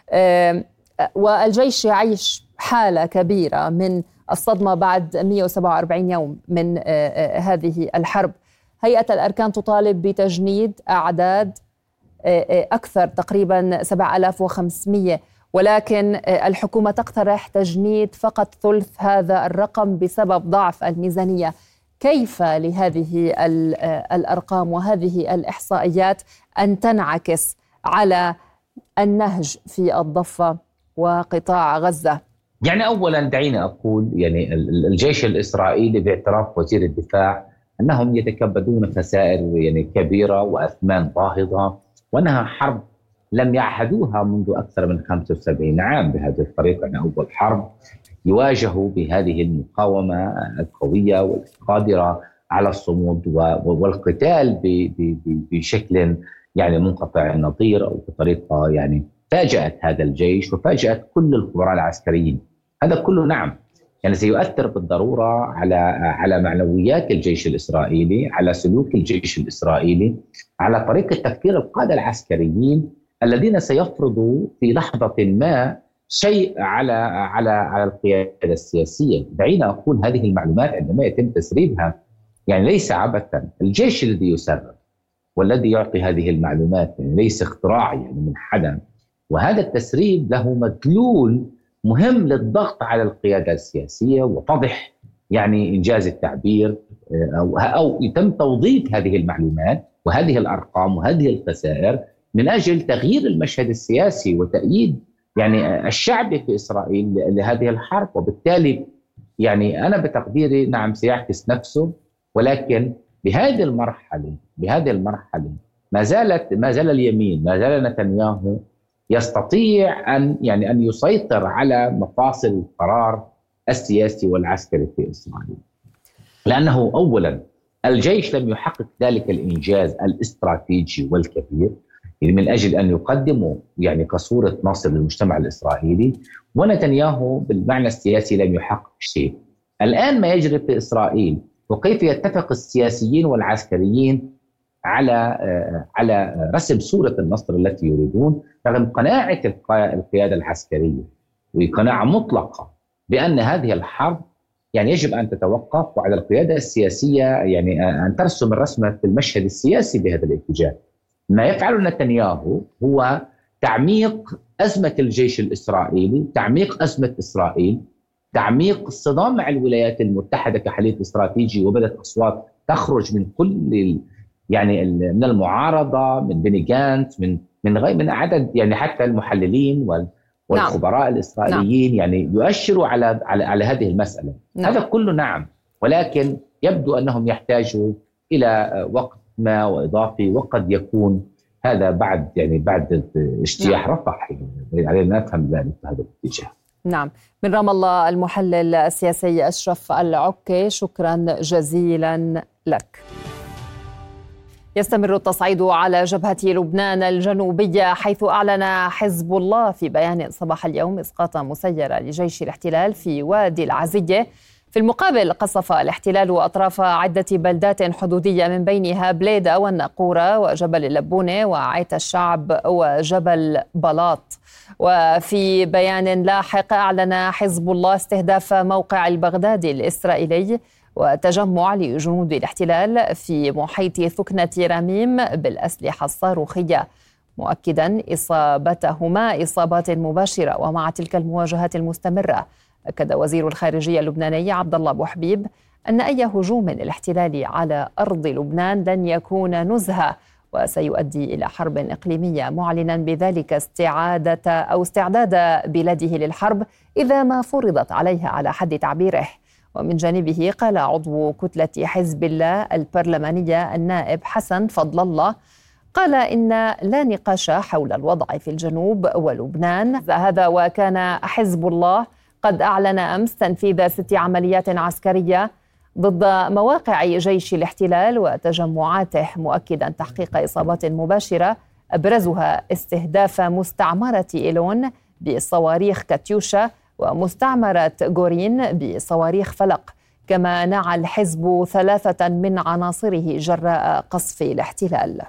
والجيش يعيش حالة كبيرة من الصدمة بعد 147 يوم من هذه الحرب. هيئة الأركان تطالب بتجنيد أعداد أكثر، تقريبا 7500، ولكن الحكومة تقترح تجنيد فقط ثلث هذا الرقم بسبب ضعف الميزانية. كيف لهذه الأرقام وهذه الإحصائيات أن تنعكس على النهج في الضفة وقطاع غزة؟ أولا دعينا أقول الجيش الإسرائيلي باعتراف وزير الدفاع أنهم يتكبدون خسائر كبيرة وأثمان باهظة، وأنها حرب لم يعهدوها منذ أكثر من 75 عام بهذه الطريقة. أول حرب يواجهوا بهذه المقاومة القوية والقادرة على الصمود والقتال بشكل منقطع النظير أو بطريقة فاجأت هذا الجيش وفاجأت كل الخبراء العسكريين. هذا كله نعم سيؤثر بالضرورة على معنويات الجيش الإسرائيلي، على سلوك الجيش الإسرائيلي، على طريقة تفكير القادة العسكريين الذين سيفرضوا في لحظة ما شيء على القيادة السياسية. دعينا أقول هذه المعلومات عندما يتم تسريبها ليس عبثا. الجيش الذي يسرب والذي يعطي هذه المعلومات، يعني ليس اختراع يعني من حدا. وهذا التسريب له مدلول مهم للضغط على القيادة السياسية وفضح يعني إنجاز التعبير أو يتم توظيف هذه المعلومات وهذه الأرقام وهذه الخسائر من أجل تغيير المشهد السياسي وتأييد يعني الشعب في إسرائيل لهذه الحرب. وبالتالي يعني أنا بتقديري نعم سيعكس نفسه، ولكن بهذه المرحلة ما زال اليمين، ما زال نتنياهو يستطيع أن يسيطر على مفاصل القرار السياسي والعسكري في إسرائيل، لأنه أولا الجيش لم يحقق ذلك الإنجاز الاستراتيجي والكبير من أجل أن يقدموا يعني كصورة نصر للمجتمع الإسرائيلي، ونتنياهو بالمعنى السياسي لم يحقق شيء. الآن ما يجري في إسرائيل وكيف يتفق السياسيين والعسكريين على رسم صورة النصر التي يريدون، رغم قناعة القيادة العسكرية وقناعة مطلقة بأن هذه الحرب يعني يجب أن تتوقف، وعلى القيادة السياسية يعني أن ترسم الرسمة في المشهد السياسي بهذا الاتجاه. ما يفعل نتنياهو هو تعميق أزمة الجيش الإسرائيلي، تعميق أزمة إسرائيل، تعميق الصدام مع الولايات المتحدة كحليف استراتيجي، وبدأت أصوات تخرج من كل يعني من المعارضة، من بني جانتس، من عدد يعني حتى المحللين والخبراء الإسرائيليين يعني يؤشروا على هذه المسألة. هذا كله نعم، ولكن يبدو أنهم يحتاجوا إلى وقت ما وإضافي، وقد يكون هذا بعد اجتياح رفح، يعني علينا نفهم ذلك بهذا الاتجاه. نعم. من رام الله المحلل السياسي أشرف العكي، شكرا جزيلا لك. يستمر التصعيد على جبهة لبنان الجنوبية، حيث أعلن حزب الله في بيان صباح اليوم إسقاط مسيرة لجيش الاحتلال في وادي العزية. في المقابل قصف الاحتلال أطراف عدة بلدات حدودية من بينها بليدة والناقورة وجبل اللبونة وعيت الشعب وجبل بلاط. وفي بيان لاحق أعلن حزب الله استهداف موقع البغدادي الإسرائيلي وتجمع لجنود الاحتلال في محيط ثكنة رميم بالأسلحة الصاروخية، مؤكدا إصابتهما إصابات مباشرة. ومع تلك المواجهات المستمرة أكد وزير الخارجية اللبناني عبد الله أبو حبيب أن أي هجوم للاحتلال على أرض لبنان لن يكون نزهة وسيؤدي إلى حرب إقليمية، معلنا بذلك استعداد بلاده للحرب إذا ما فرضت عليها على حد تعبيره. ومن جانبه قال عضو كتلة حزب الله البرلمانية النائب حسن فضل الله قال إن لا نقاش حول الوضع في الجنوب ولبنان. هذا وكان حزب الله قد أعلن أمس تنفيذ 6 عمليات عسكرية ضد مواقع جيش الاحتلال وتجمعاته، مؤكدا تحقيق إصابات مباشرة أبرزها استهداف مستعمرة إيلون بصواريخ كاتيوشا ومستعمرة غورين بصواريخ فلق. كما نعى الحزب 3 من عناصره جراء قصف الاحتلال.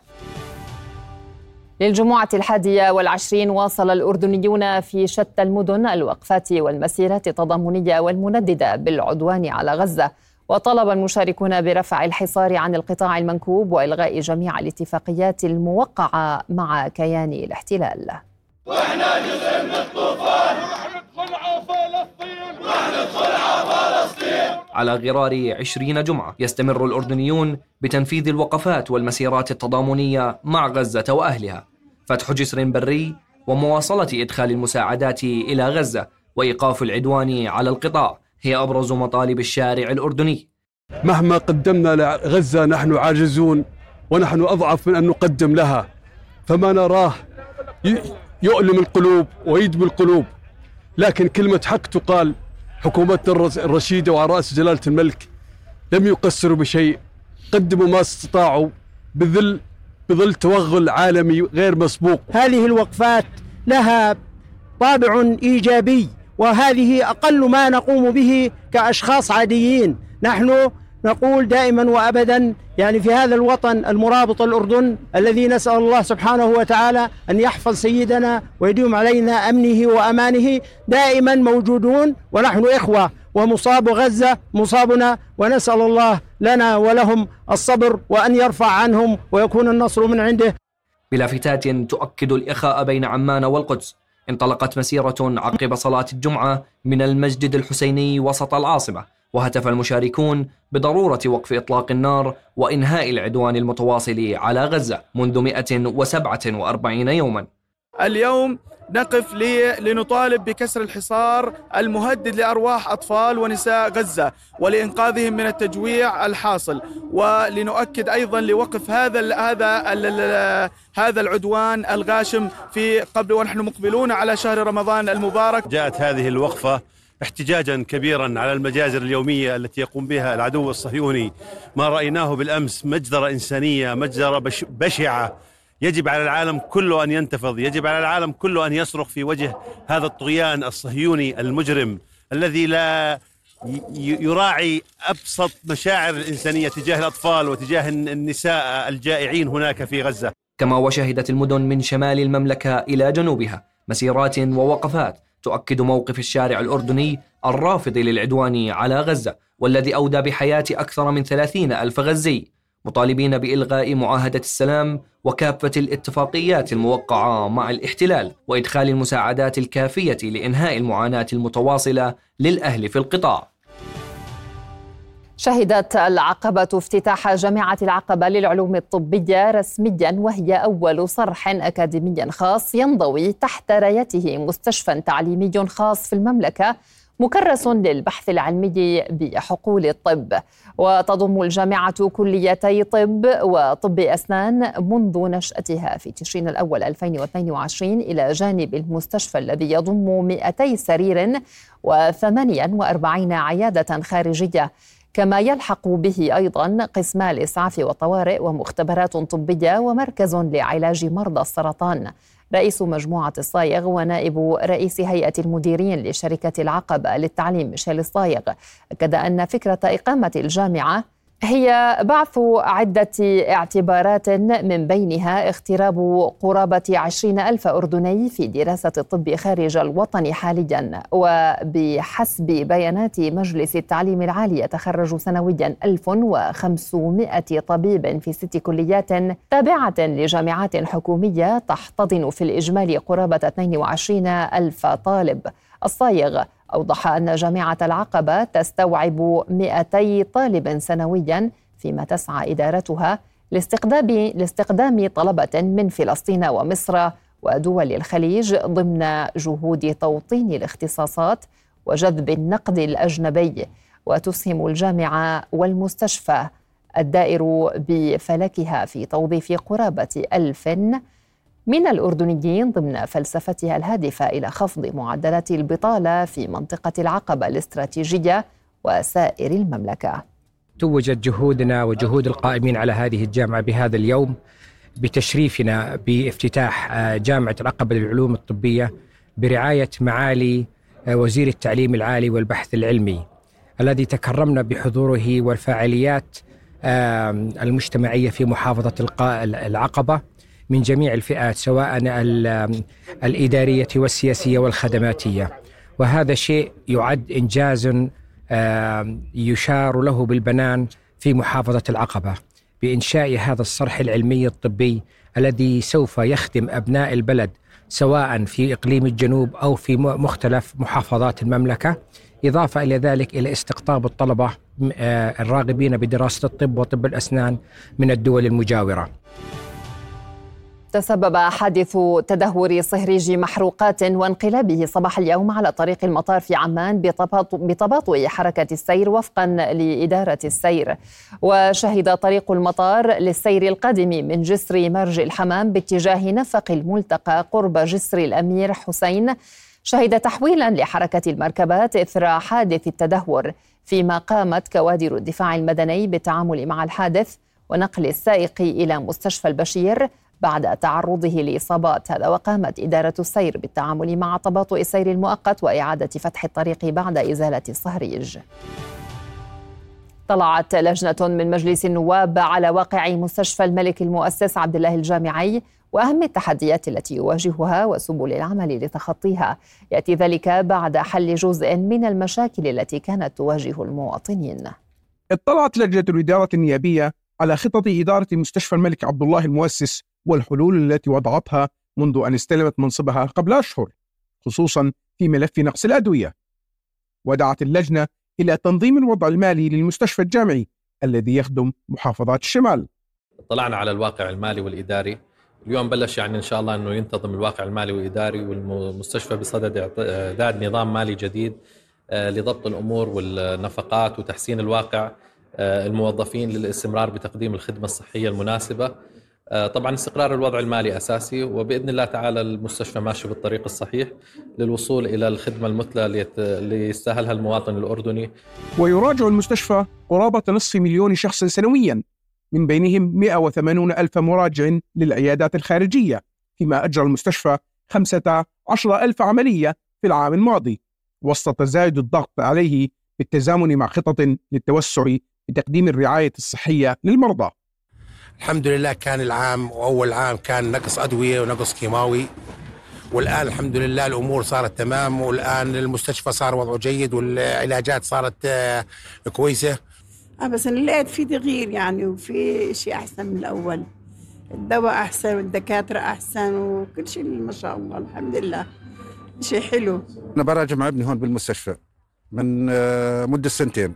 للجمعة 21 واصل الأردنيون في شتى المدن الوقفات والمسيرات التضامنية والمنددة بالعدوان على غزة، وطلب المشاركون برفع الحصار عن القطاع المنكوب وإلغاء جميع الاتفاقيات الموقعة مع كيان الاحتلال. وإحنا جزء من الطوفان، وندخل على فلسطين. على غرار 20 جمعة يستمر الأردنيون بتنفيذ الوقفات والمسيرات التضامنية مع غزة وأهلها، فتح جسر بري ومواصلة إدخال المساعدات إلى غزة وإيقاف العدوان على القطاع هي أبرز مطالب الشارع الأردني. مهما قدمنا لغزة نحن عاجزون ونحن أضعف من أن نقدم لها، فما نراه يؤلم القلوب ويدمي القلوب، لكن كلمة حق تقال. حكومتنا الرشيدة وعلى رأس جلالة الملك لم يقصروا بشيء، قدموا ما استطاعوا بظل توغل عالمي غير مسبوق. هذه الوقفات لها طابع إيجابي، وهذه أقل ما نقوم به كأشخاص عاديين. نحن نقول دائما وأبدا يعني في هذا الوطن المرابط الأردن الذي نسأل الله سبحانه وتعالى أن يحفظ سيدنا ويدوم علينا أمنه وأمانه، دائما موجودون ونحن إخوة ومصاب غزة مصابنا، ونسأل الله لنا ولهم الصبر وأن يرفع عنهم ويكون النصر من عنده. بلافتات تؤكد الإخاء بين عمان والقدس، انطلقت مسيرة عقب صلاة الجمعة من المسجد الحسيني وسط العاصمة، وهتف المشاركون بضرورة وقف إطلاق النار وإنهاء العدوان المتواصل على غزة منذ 147 يوما. اليوم نقف لنطالب بكسر الحصار المهدد لأرواح أطفال ونساء غزة ولإنقاذهم من التجويع الحاصل، ولنؤكد أيضا لوقف هذا العدوان الغاشم في قبل ونحن مقبلون على شهر رمضان المبارك. جاءت هذه الوقفة احتجاجا كبيرا على المجازر اليومية التي يقوم بها العدو الصهيوني. ما رأيناه بالأمس مجزرة إنسانية، مجزرة بشعة. يجب على العالم كله أن ينتفض، يجب على العالم كله أن يصرخ في وجه هذا الطغيان الصهيوني المجرم الذي لا يراعي أبسط مشاعر الإنسانية تجاه الأطفال وتجاه النساء الجائعين هناك في غزة. كما وشهدت المدن من شمال المملكة إلى جنوبها مسيرات ووقفات تؤكد موقف الشارع الأردني الرافض للعدوان على غزة، والذي أودى بحياة أكثر من 30,000 غزي، مطالبين بإلغاء معاهدة السلام وكافة الاتفاقيات الموقعة مع الاحتلال وإدخال المساعدات الكافية لإنهاء المعاناة المتواصلة للأهل في القطاع. شهدت العقبة افتتاح جامعة العقبة للعلوم الطبية رسميا، وهي أول صرح أكاديمي خاص ينضوي تحت رايته مستشفى تعليمي خاص في المملكة مكرس للبحث العلمي بحقول الطب. وتضم الجامعة كليتي طب وطب أسنان منذ نشأتها في تشرين الأول 2022 إلى جانب المستشفى الذي يضم 200 سرير و48 عيادة خارجية، كما يلحق به أيضا قسم الإسعاف والطوارئ ومختبرات طبية ومركز لعلاج مرضى السرطان. رئيس مجموعة الصايغ ونائب رئيس هيئة المديرين لشركة العقبة للتعليم ميشيل الصايغ أكد أن فكرة إقامة الجامعة هي بعث عدة اعتبارات، من بينها اغتراب قرابة 20,000 أردني في دراسة الطب خارج الوطن حاليا. وبحسب بيانات مجلس التعليم العالي يتخرج سنويا 1500 طبيب في 6 كليات تابعة لجامعات حكومية تحتضن في الإجمالي قرابة 22,000 طالب. الصايغ أوضح أن جامعة العقبة تستوعب 200 طالب سنويا، فيما تسعى إدارتها لاستقدام طلبة من فلسطين ومصر ودول الخليج ضمن جهود توطين الاختصاصات وجذب النقد الأجنبي. وتسهم الجامعة والمستشفى الدائر بفلكها في توظيف قرابة 1000 من الأردنيين ضمن فلسفتها الهادفة إلى خفض معدلات البطالة في منطقة العقبة الاستراتيجية وسائر المملكة. توجت جهودنا وجهود القائمين على هذه الجامعة بهذا اليوم بتشريفنا بافتتاح جامعة العقبة للعلوم الطبية برعاية معالي وزير التعليم العالي والبحث العلمي، الذي تكرمنا بحضوره والفعاليات المجتمعية في محافظة العقبة من جميع الفئات، سواء الإدارية والسياسية والخدماتية. وهذا شيء يعد إنجاز يشار له بالبنان في محافظة العقبة بإنشاء هذا الصرح العلمي الطبي الذي سوف يخدم أبناء البلد سواء في إقليم الجنوب أو في مختلف محافظات المملكة، إضافة إلى ذلك إلى استقطاب الطلبة الراغبين بدراسة الطب وطب الأسنان من الدول المجاورة. تسبب حادث تدهور صهريج محروقات وانقلابه صباح اليوم على طريق المطار في عمان بتباطؤ حركة السير وفقا لإدارة السير. وشهد طريق المطار للسير القادم من جسر مرج الحمام باتجاه نفق الملتقى قرب جسر الأمير حسين شهد تحويلا لحركة المركبات إثر حادث التدهور، فيما قامت كوادر الدفاع المدني بالتعامل مع الحادث ونقل السائق إلى مستشفى البشير بعد تعرضه لإصابات. هذا وقامت إدارة السير بالتعامل مع تباطؤ السير المؤقت وإعادة فتح الطريق بعد إزالة الصهريج. طلعت لجنة من مجلس النواب على واقع مستشفى الملك المؤسس عبد الله الجامعي وأهم التحديات التي يواجهها وسبل العمل لتخطيها. يأتي ذلك بعد حل جزء من المشاكل التي كانت تواجه المواطنين. اطلعت لجنة الإدارة النيابية على خطط إدارة مستشفى الملك عبد الله المؤسس والحلول التي وضعتها منذ أن استلمت منصبها قبل أشهر، خصوصا في ملف نقص الأدوية. ودعت اللجنة إلى تنظيم الوضع المالي للمستشفى الجامعي الذي يخدم محافظات الشمال. طلعنا على الواقع المالي والإداري. اليوم بلش يعني إن شاء الله أنه ينتظم الواقع المالي والإداري، والمستشفى بصدد إعداد نظام مالي جديد لضبط الأمور والنفقات وتحسين الواقع الموظفين للاستمرار بتقديم الخدمة الصحية المناسبة. طبعا استقرار الوضع المالي أساسي، وبإذن الله تعالى المستشفى ماشي بالطريق الصحيح للوصول إلى الخدمة المثلى اللي يستاهلها المواطن الأردني. ويراجع المستشفى قرابة 500,000 شخص سنويا، من بينهم 180,000 مراجع للعيادات الخارجية، فيما أجرى المستشفى 15,000 عملية في العام الماضي، وسط تزايد الضغط عليه بالتزامن مع خطط للتوسع في تقديم الرعاية الصحية للمرضى. الحمد لله كان العام وأول عام كان نقص أدوية ونقص كيماوي، والآن الحمد لله الأمور صارت تمام، والآن المستشفى صار وضعه جيد والعلاجات صارت كويسة. بس أنا لقيت في تغيير يعني، وفي شيء أحسن من الأول، الدواء أحسن والدكاترة أحسن وكل شيء ما شاء الله الحمد لله شيء حلو. أنا براجع مع ابني هون بالمستشفى من مدة 2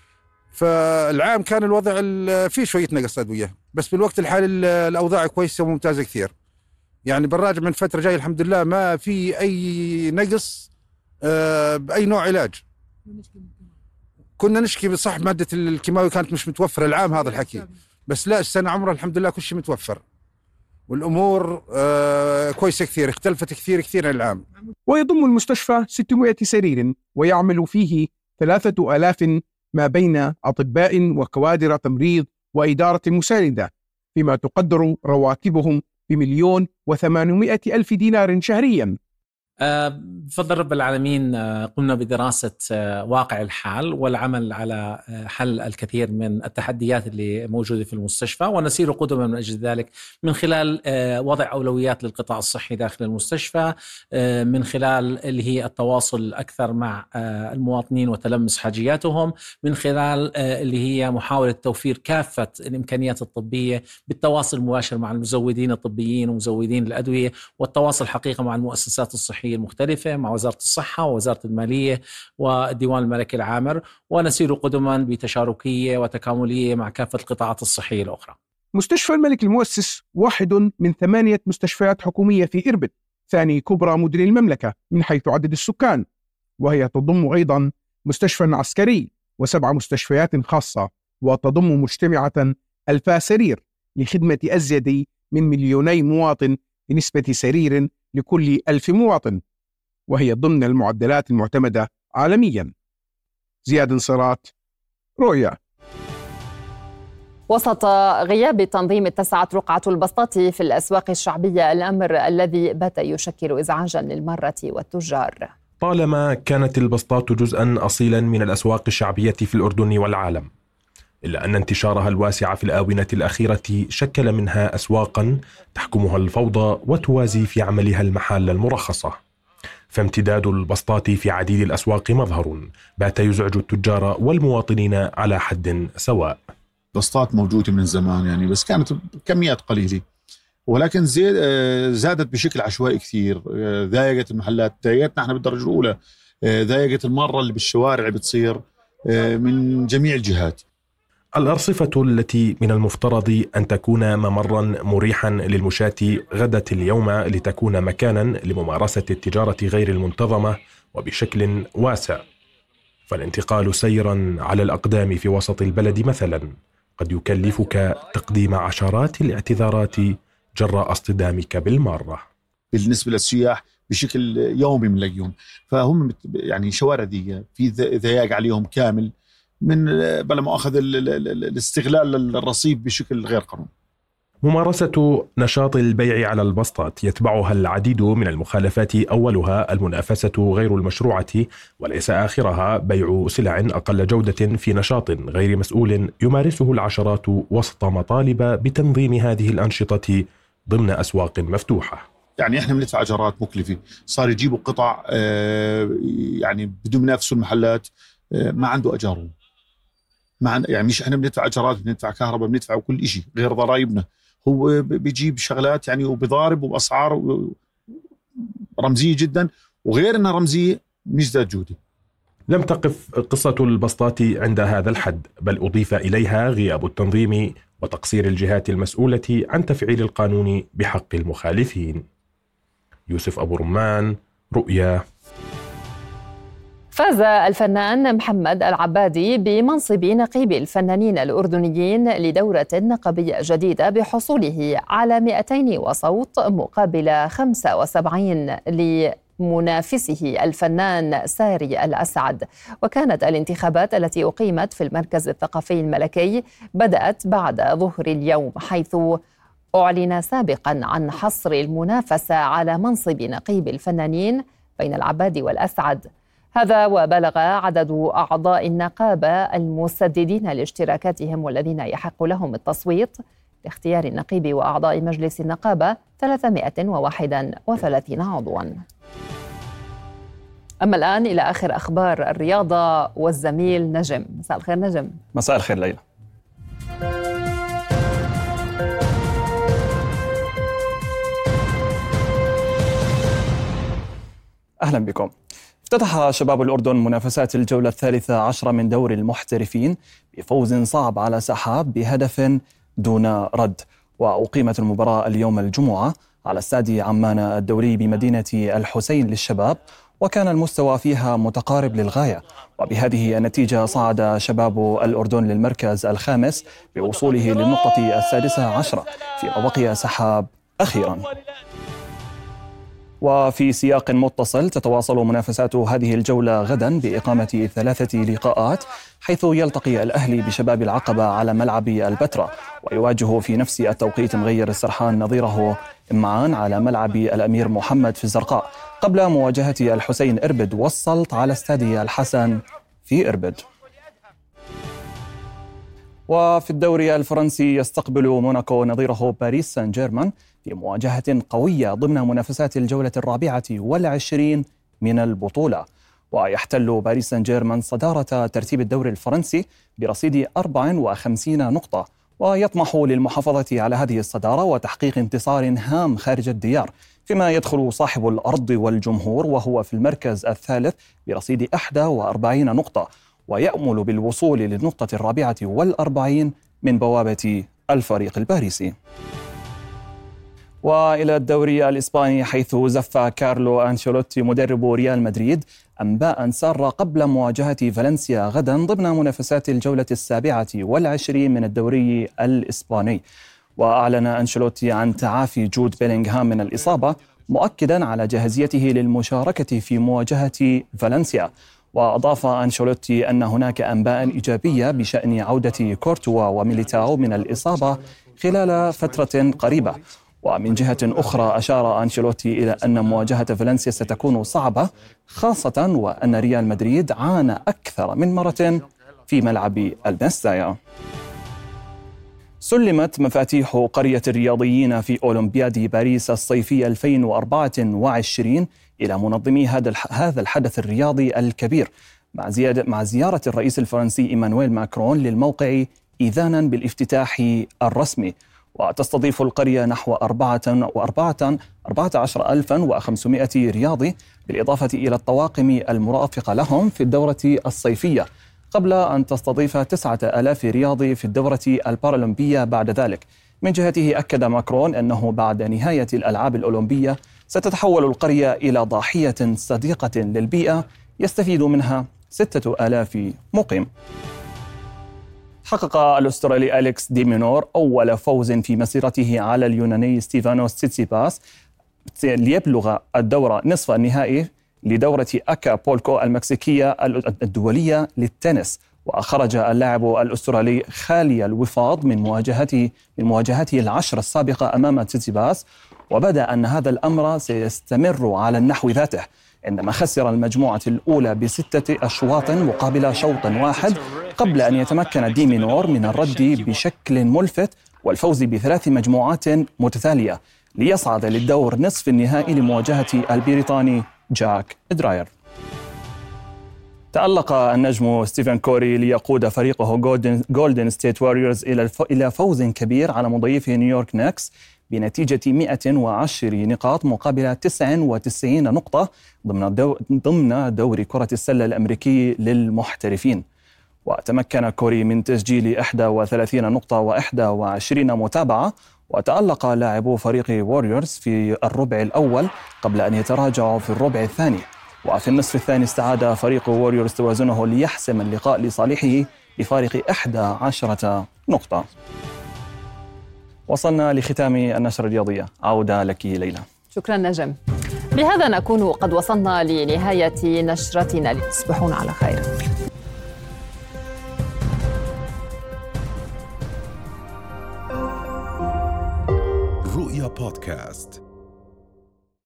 فالعام كان الوضع فيه شوية نقص أدوية، بس بالوقت الحالي الأوضاع كويسة وممتازة كثير. يعني براجع من فترة جاي الحمد لله ما في أي نقص بأي نوع علاج. كنا نشكي بصح مادة الكيماوي كانت مش متوفرة العام هذا الحكي، بس لا السنة عمرها الحمد لله كل شيء متوفر، والأمور كويسة كثير، اختلفت كثير عن العام. ويضم المستشفى 600 سرير، ويعمل فيه 3,000 ما بين أطباء وكوادر تمريض وإدارة مساندة، فيما تقدر رواتبهم ب1,800,000 دينار شهريا. بفضل رب العالمين قمنا بدراسة واقع الحال والعمل على حل الكثير من التحديات اللي موجودة في المستشفى، ونسير قدما من أجل ذلك من خلال وضع أولويات للقطاع الصحي داخل المستشفى، من خلال اللي هي التواصل أكثر مع المواطنين وتلمس حاجياتهم، من خلال اللي هي محاولة توفير كافة الإمكانيات الطبية بالتواصل المباشر مع المزودين الطبيين ومزودين الأدوية، والتواصل حقيقة مع المؤسسات الصحية المختلفة، مع وزارة الصحة ووزارة المالية والديوان الملكي العامر، ونسير قدما بتشاركية وتكاملية مع كافة القطاعات الصحية الأخرى. مستشفى الملك المؤسس واحد من 8 مستشفيات حكومية في إربد، ثاني كبرى مدن المملكة من حيث عدد السكان، وهي تضم أيضا مستشفى عسكري و7 مستشفيات خاصة، وتضم مجتمعة 1000 سرير لخدمة أزيد من 2,000,000 مواطن بنسبة سرير لكل 1000 مواطن، وهي ضمن المعدلات المعتمدة عالميا. زياد انصارات، رؤيا. وسط غياب تنظيم اتسعت رقعة البسطات في الأسواق الشعبية، الأمر الذي بات يشكل إزعاجا للمرة والتجار. طالما كانت البسطات جزءا أصيلا من الأسواق الشعبية في الأردن والعالم، إلا أن انتشارها الواسع في الآونة الأخيرة شكل منها أسواقا تحكمها الفوضى وتوازي في عملها المحال المرخصة، فامتداد البسطات في عديد الأسواق مظهر بات يزعج التجار والمواطنين على حد سواء. بسطات موجودة من زمان يعني، بس كانت كميات قليلة، ولكن زادت بشكل عشوائي كثير، ضايقت المحلات، ضايقتنا احنا بالدرجة الأولى، ضايقت المرة اللي بالشوارع بتصير من جميع الجهات. الأرصفة التي من المفترض أن تكون ممرا مريحا للمشاة غدت اليوم لتكون مكانا لممارسة التجارة غير المنتظمة وبشكل واسع، فالانتقال سيرا على الأقدام في وسط البلد مثلا قد يكلفك تقديم عشرات الاعتذارات جراء اصطدامك بالمارة. بالنسبة للسياح بشكل يومي بنلاقيهم، فهم يعني شوارع دي في ضياق عليهم كامل من بلا مؤاخذة الاستغلال الرصيف بشكل غير قانوني. ممارسة نشاط البيع على البسطات يتبعها العديد من المخالفات، أولها المنافسة غير المشروعة وليس آخرها بيع سلع أقل جودة في نشاط غير مسؤول يمارسه العشرات وسط مطالب بتنظيم هذه الأنشطة ضمن أسواق مفتوحة. يعني احنا بندفع اجارات مكلفه، صار يجيبوا قطع يعني بدون ينافسوا المحلات، ما عنده اجار، يعني مش احنا بندفع اجارات، بندفع كهرباء، بندفع كل شيء غير ضرائبنا. هو بيجيب شغلات يعني وبضارب وباسعار رمزيه جدا، وغير انها رمزيه مش ذات جوده. لم تقف قصة البسطات عند هذا الحد، بل أضيف إليها غياب التنظيم وتقصير الجهات المسؤولة عن تفعيل القانون بحق المخالفين. يوسف أبو رمان، رؤيا. فاز الفنان محمد العبادي بمنصب نقيب الفنانين الأردنيين لدورة نقبية جديدة بحصوله على 200 صوت مقابل 75 لمنافسه الفنان ساري الأسعد. وكانت الانتخابات التي أقيمت في المركز الثقافي الملكي بدأت بعد ظهر اليوم، حيث أعلن سابقا عن حصر المنافسة على منصب نقيب الفنانين بين العبادي والأسعد. هذا وبلغ عدد أعضاء النقابة المسددين لاشتراكاتهم والذين يحق لهم التصويت لاختيار النقيب وأعضاء مجلس النقابة 331 عضواً. أما الآن إلى آخر أخبار الرياضة والزميل نجم. مساء الخير نجم. مساء الخير ليلى. أهلا بكم. افتتح شباب الأردن منافسات الجولة 13 من دوري المحترفين بفوز صعب على سحاب بهدف دون رد، وأقيمت المباراة اليوم الجمعة على استاد عمان الدولي بمدينة الحسين للشباب، وكان المستوى فيها متقارب للغاية، وبهذه النتيجة صعد شباب الأردن للمركز الخامس بوصوله للنقطة 16 فيما بقي سحاب أخيرا. وفي سياق متصل تتواصل منافسات هذه الجولة غدا بإقامة 3 لقاءات، حيث يلتقي الأهلي بشباب العقبة على ملعب البتراء، ويواجه في نفس التوقيت مغير السرحان نظيره إمعان على ملعب الأمير محمد في الزرقاء، قبل مواجهة الحسين إربد والسلط على استاد الحسن في إربد. وفي الدوري الفرنسي يستقبل موناكو نظيره باريس سان جيرمان في مواجهة قوية ضمن منافسات الجولة 24 من البطولة، ويحتل باريس سان جيرمان صدارة ترتيب الدوري الفرنسي برصيد 54 نقطة، ويطمح للمحافظة على هذه الصدارة وتحقيق انتصار هام خارج الديار، فيما يدخل صاحب الأرض والجمهور وهو في المركز الثالث برصيد 41 نقطة، ويأمل بالوصول للنقطة 44 من بوابة الفريق الباريسي. وإلى الدوري الإسباني، حيث زف كارلو أنشيلوتي مدرب ريال مدريد أنباء سارة قبل مواجهة فالنسيا غدا ضمن منافسات الجولة 27 من الدوري الإسباني. وأعلن أنشيلوتي عن تعافي جود بيلينغهام من الإصابة، مؤكدا على جاهزيته للمشاركة في مواجهة فالنسيا. وأضاف أنشيلوتي أن هناك أنباء إيجابية بشأن عودة كورتوا وميليتاو من الإصابة خلال فترة قريبة. ومن جهة أخرى أشار أنشيلوتي إلى أن مواجهة فالنسيا ستكون صعبة، خاصة وأن ريال مدريد عانى أكثر من مرة في ملعب المستايا. سلمت مفاتيح قرية الرياضيين في أولمبياد باريس الصيفي 2024 إلى منظمي هذا الحدث الرياضي الكبير، مع زيارة الرئيس الفرنسي إيمانويل ماكرون للموقع إذانا بالافتتاح الرسمي. وتستضيف القرية نحو 14,500 رياضي، بالإضافة إلى الطواقم المرافقة لهم في الدورة الصيفية، قبل أن تستضيف 9,000 رياضي في الدورة البارالمبية بعد ذلك. من جهته أكد ماكرون أنه بعد نهاية الألعاب الأولمبية ستتحول القرية إلى ضاحية صديقة للبيئة يستفيد منها 6,000 مقيم. حقق الأسترالي أليكس دي مينور أول فوز في مسيرته على اليوناني ستيفانوس تسيتسيباس ليبلغ الدورة نصف النهائي لدورة أكابولكو المكسيكية الدولية للتنس، وخرج اللاعب الأسترالي خالي الوفاض من مواجهته العشر السابقة أمام تسيباس، وبدا أن هذا الأمر سيستمر على النحو ذاته عندما خسر المجموعة الأولى ب6 أشواط مقابل شوط واحد، قبل أن يتمكن دي مينور من الرد بشكل ملفت والفوز ب3 مجموعات متتالية ليصعد للدور نصف النهائي لمواجهة البريطاني جاك دراير. تألق النجم ستيفن كوري ليقود فريقه جولدن ستيت واريورز إلى فوز كبير على مضيفه نيويورك نيكس بنتيجة 110 نقاط مقابل 99 نقطة ضمن دوري كرة السلة الأمريكي للمحترفين. وتمكن كوري من تسجيل 31 نقطة و21 متابعة، وتألق لاعبو فريق واريورز في الربع الأول قبل أن يتراجعوا في الربع الثاني، وفي النصف الثاني استعاد فريق واريورز توازنه ليحسم اللقاء لصالحه بفارق 11 نقطة. وصلنا لختام النشرة الرياضية، عودة لك ليلى. شكرا نجم. بهذا نكون قد وصلنا لنهاية نشرتنا، تصبحون على خير. رؤيا بودكاست.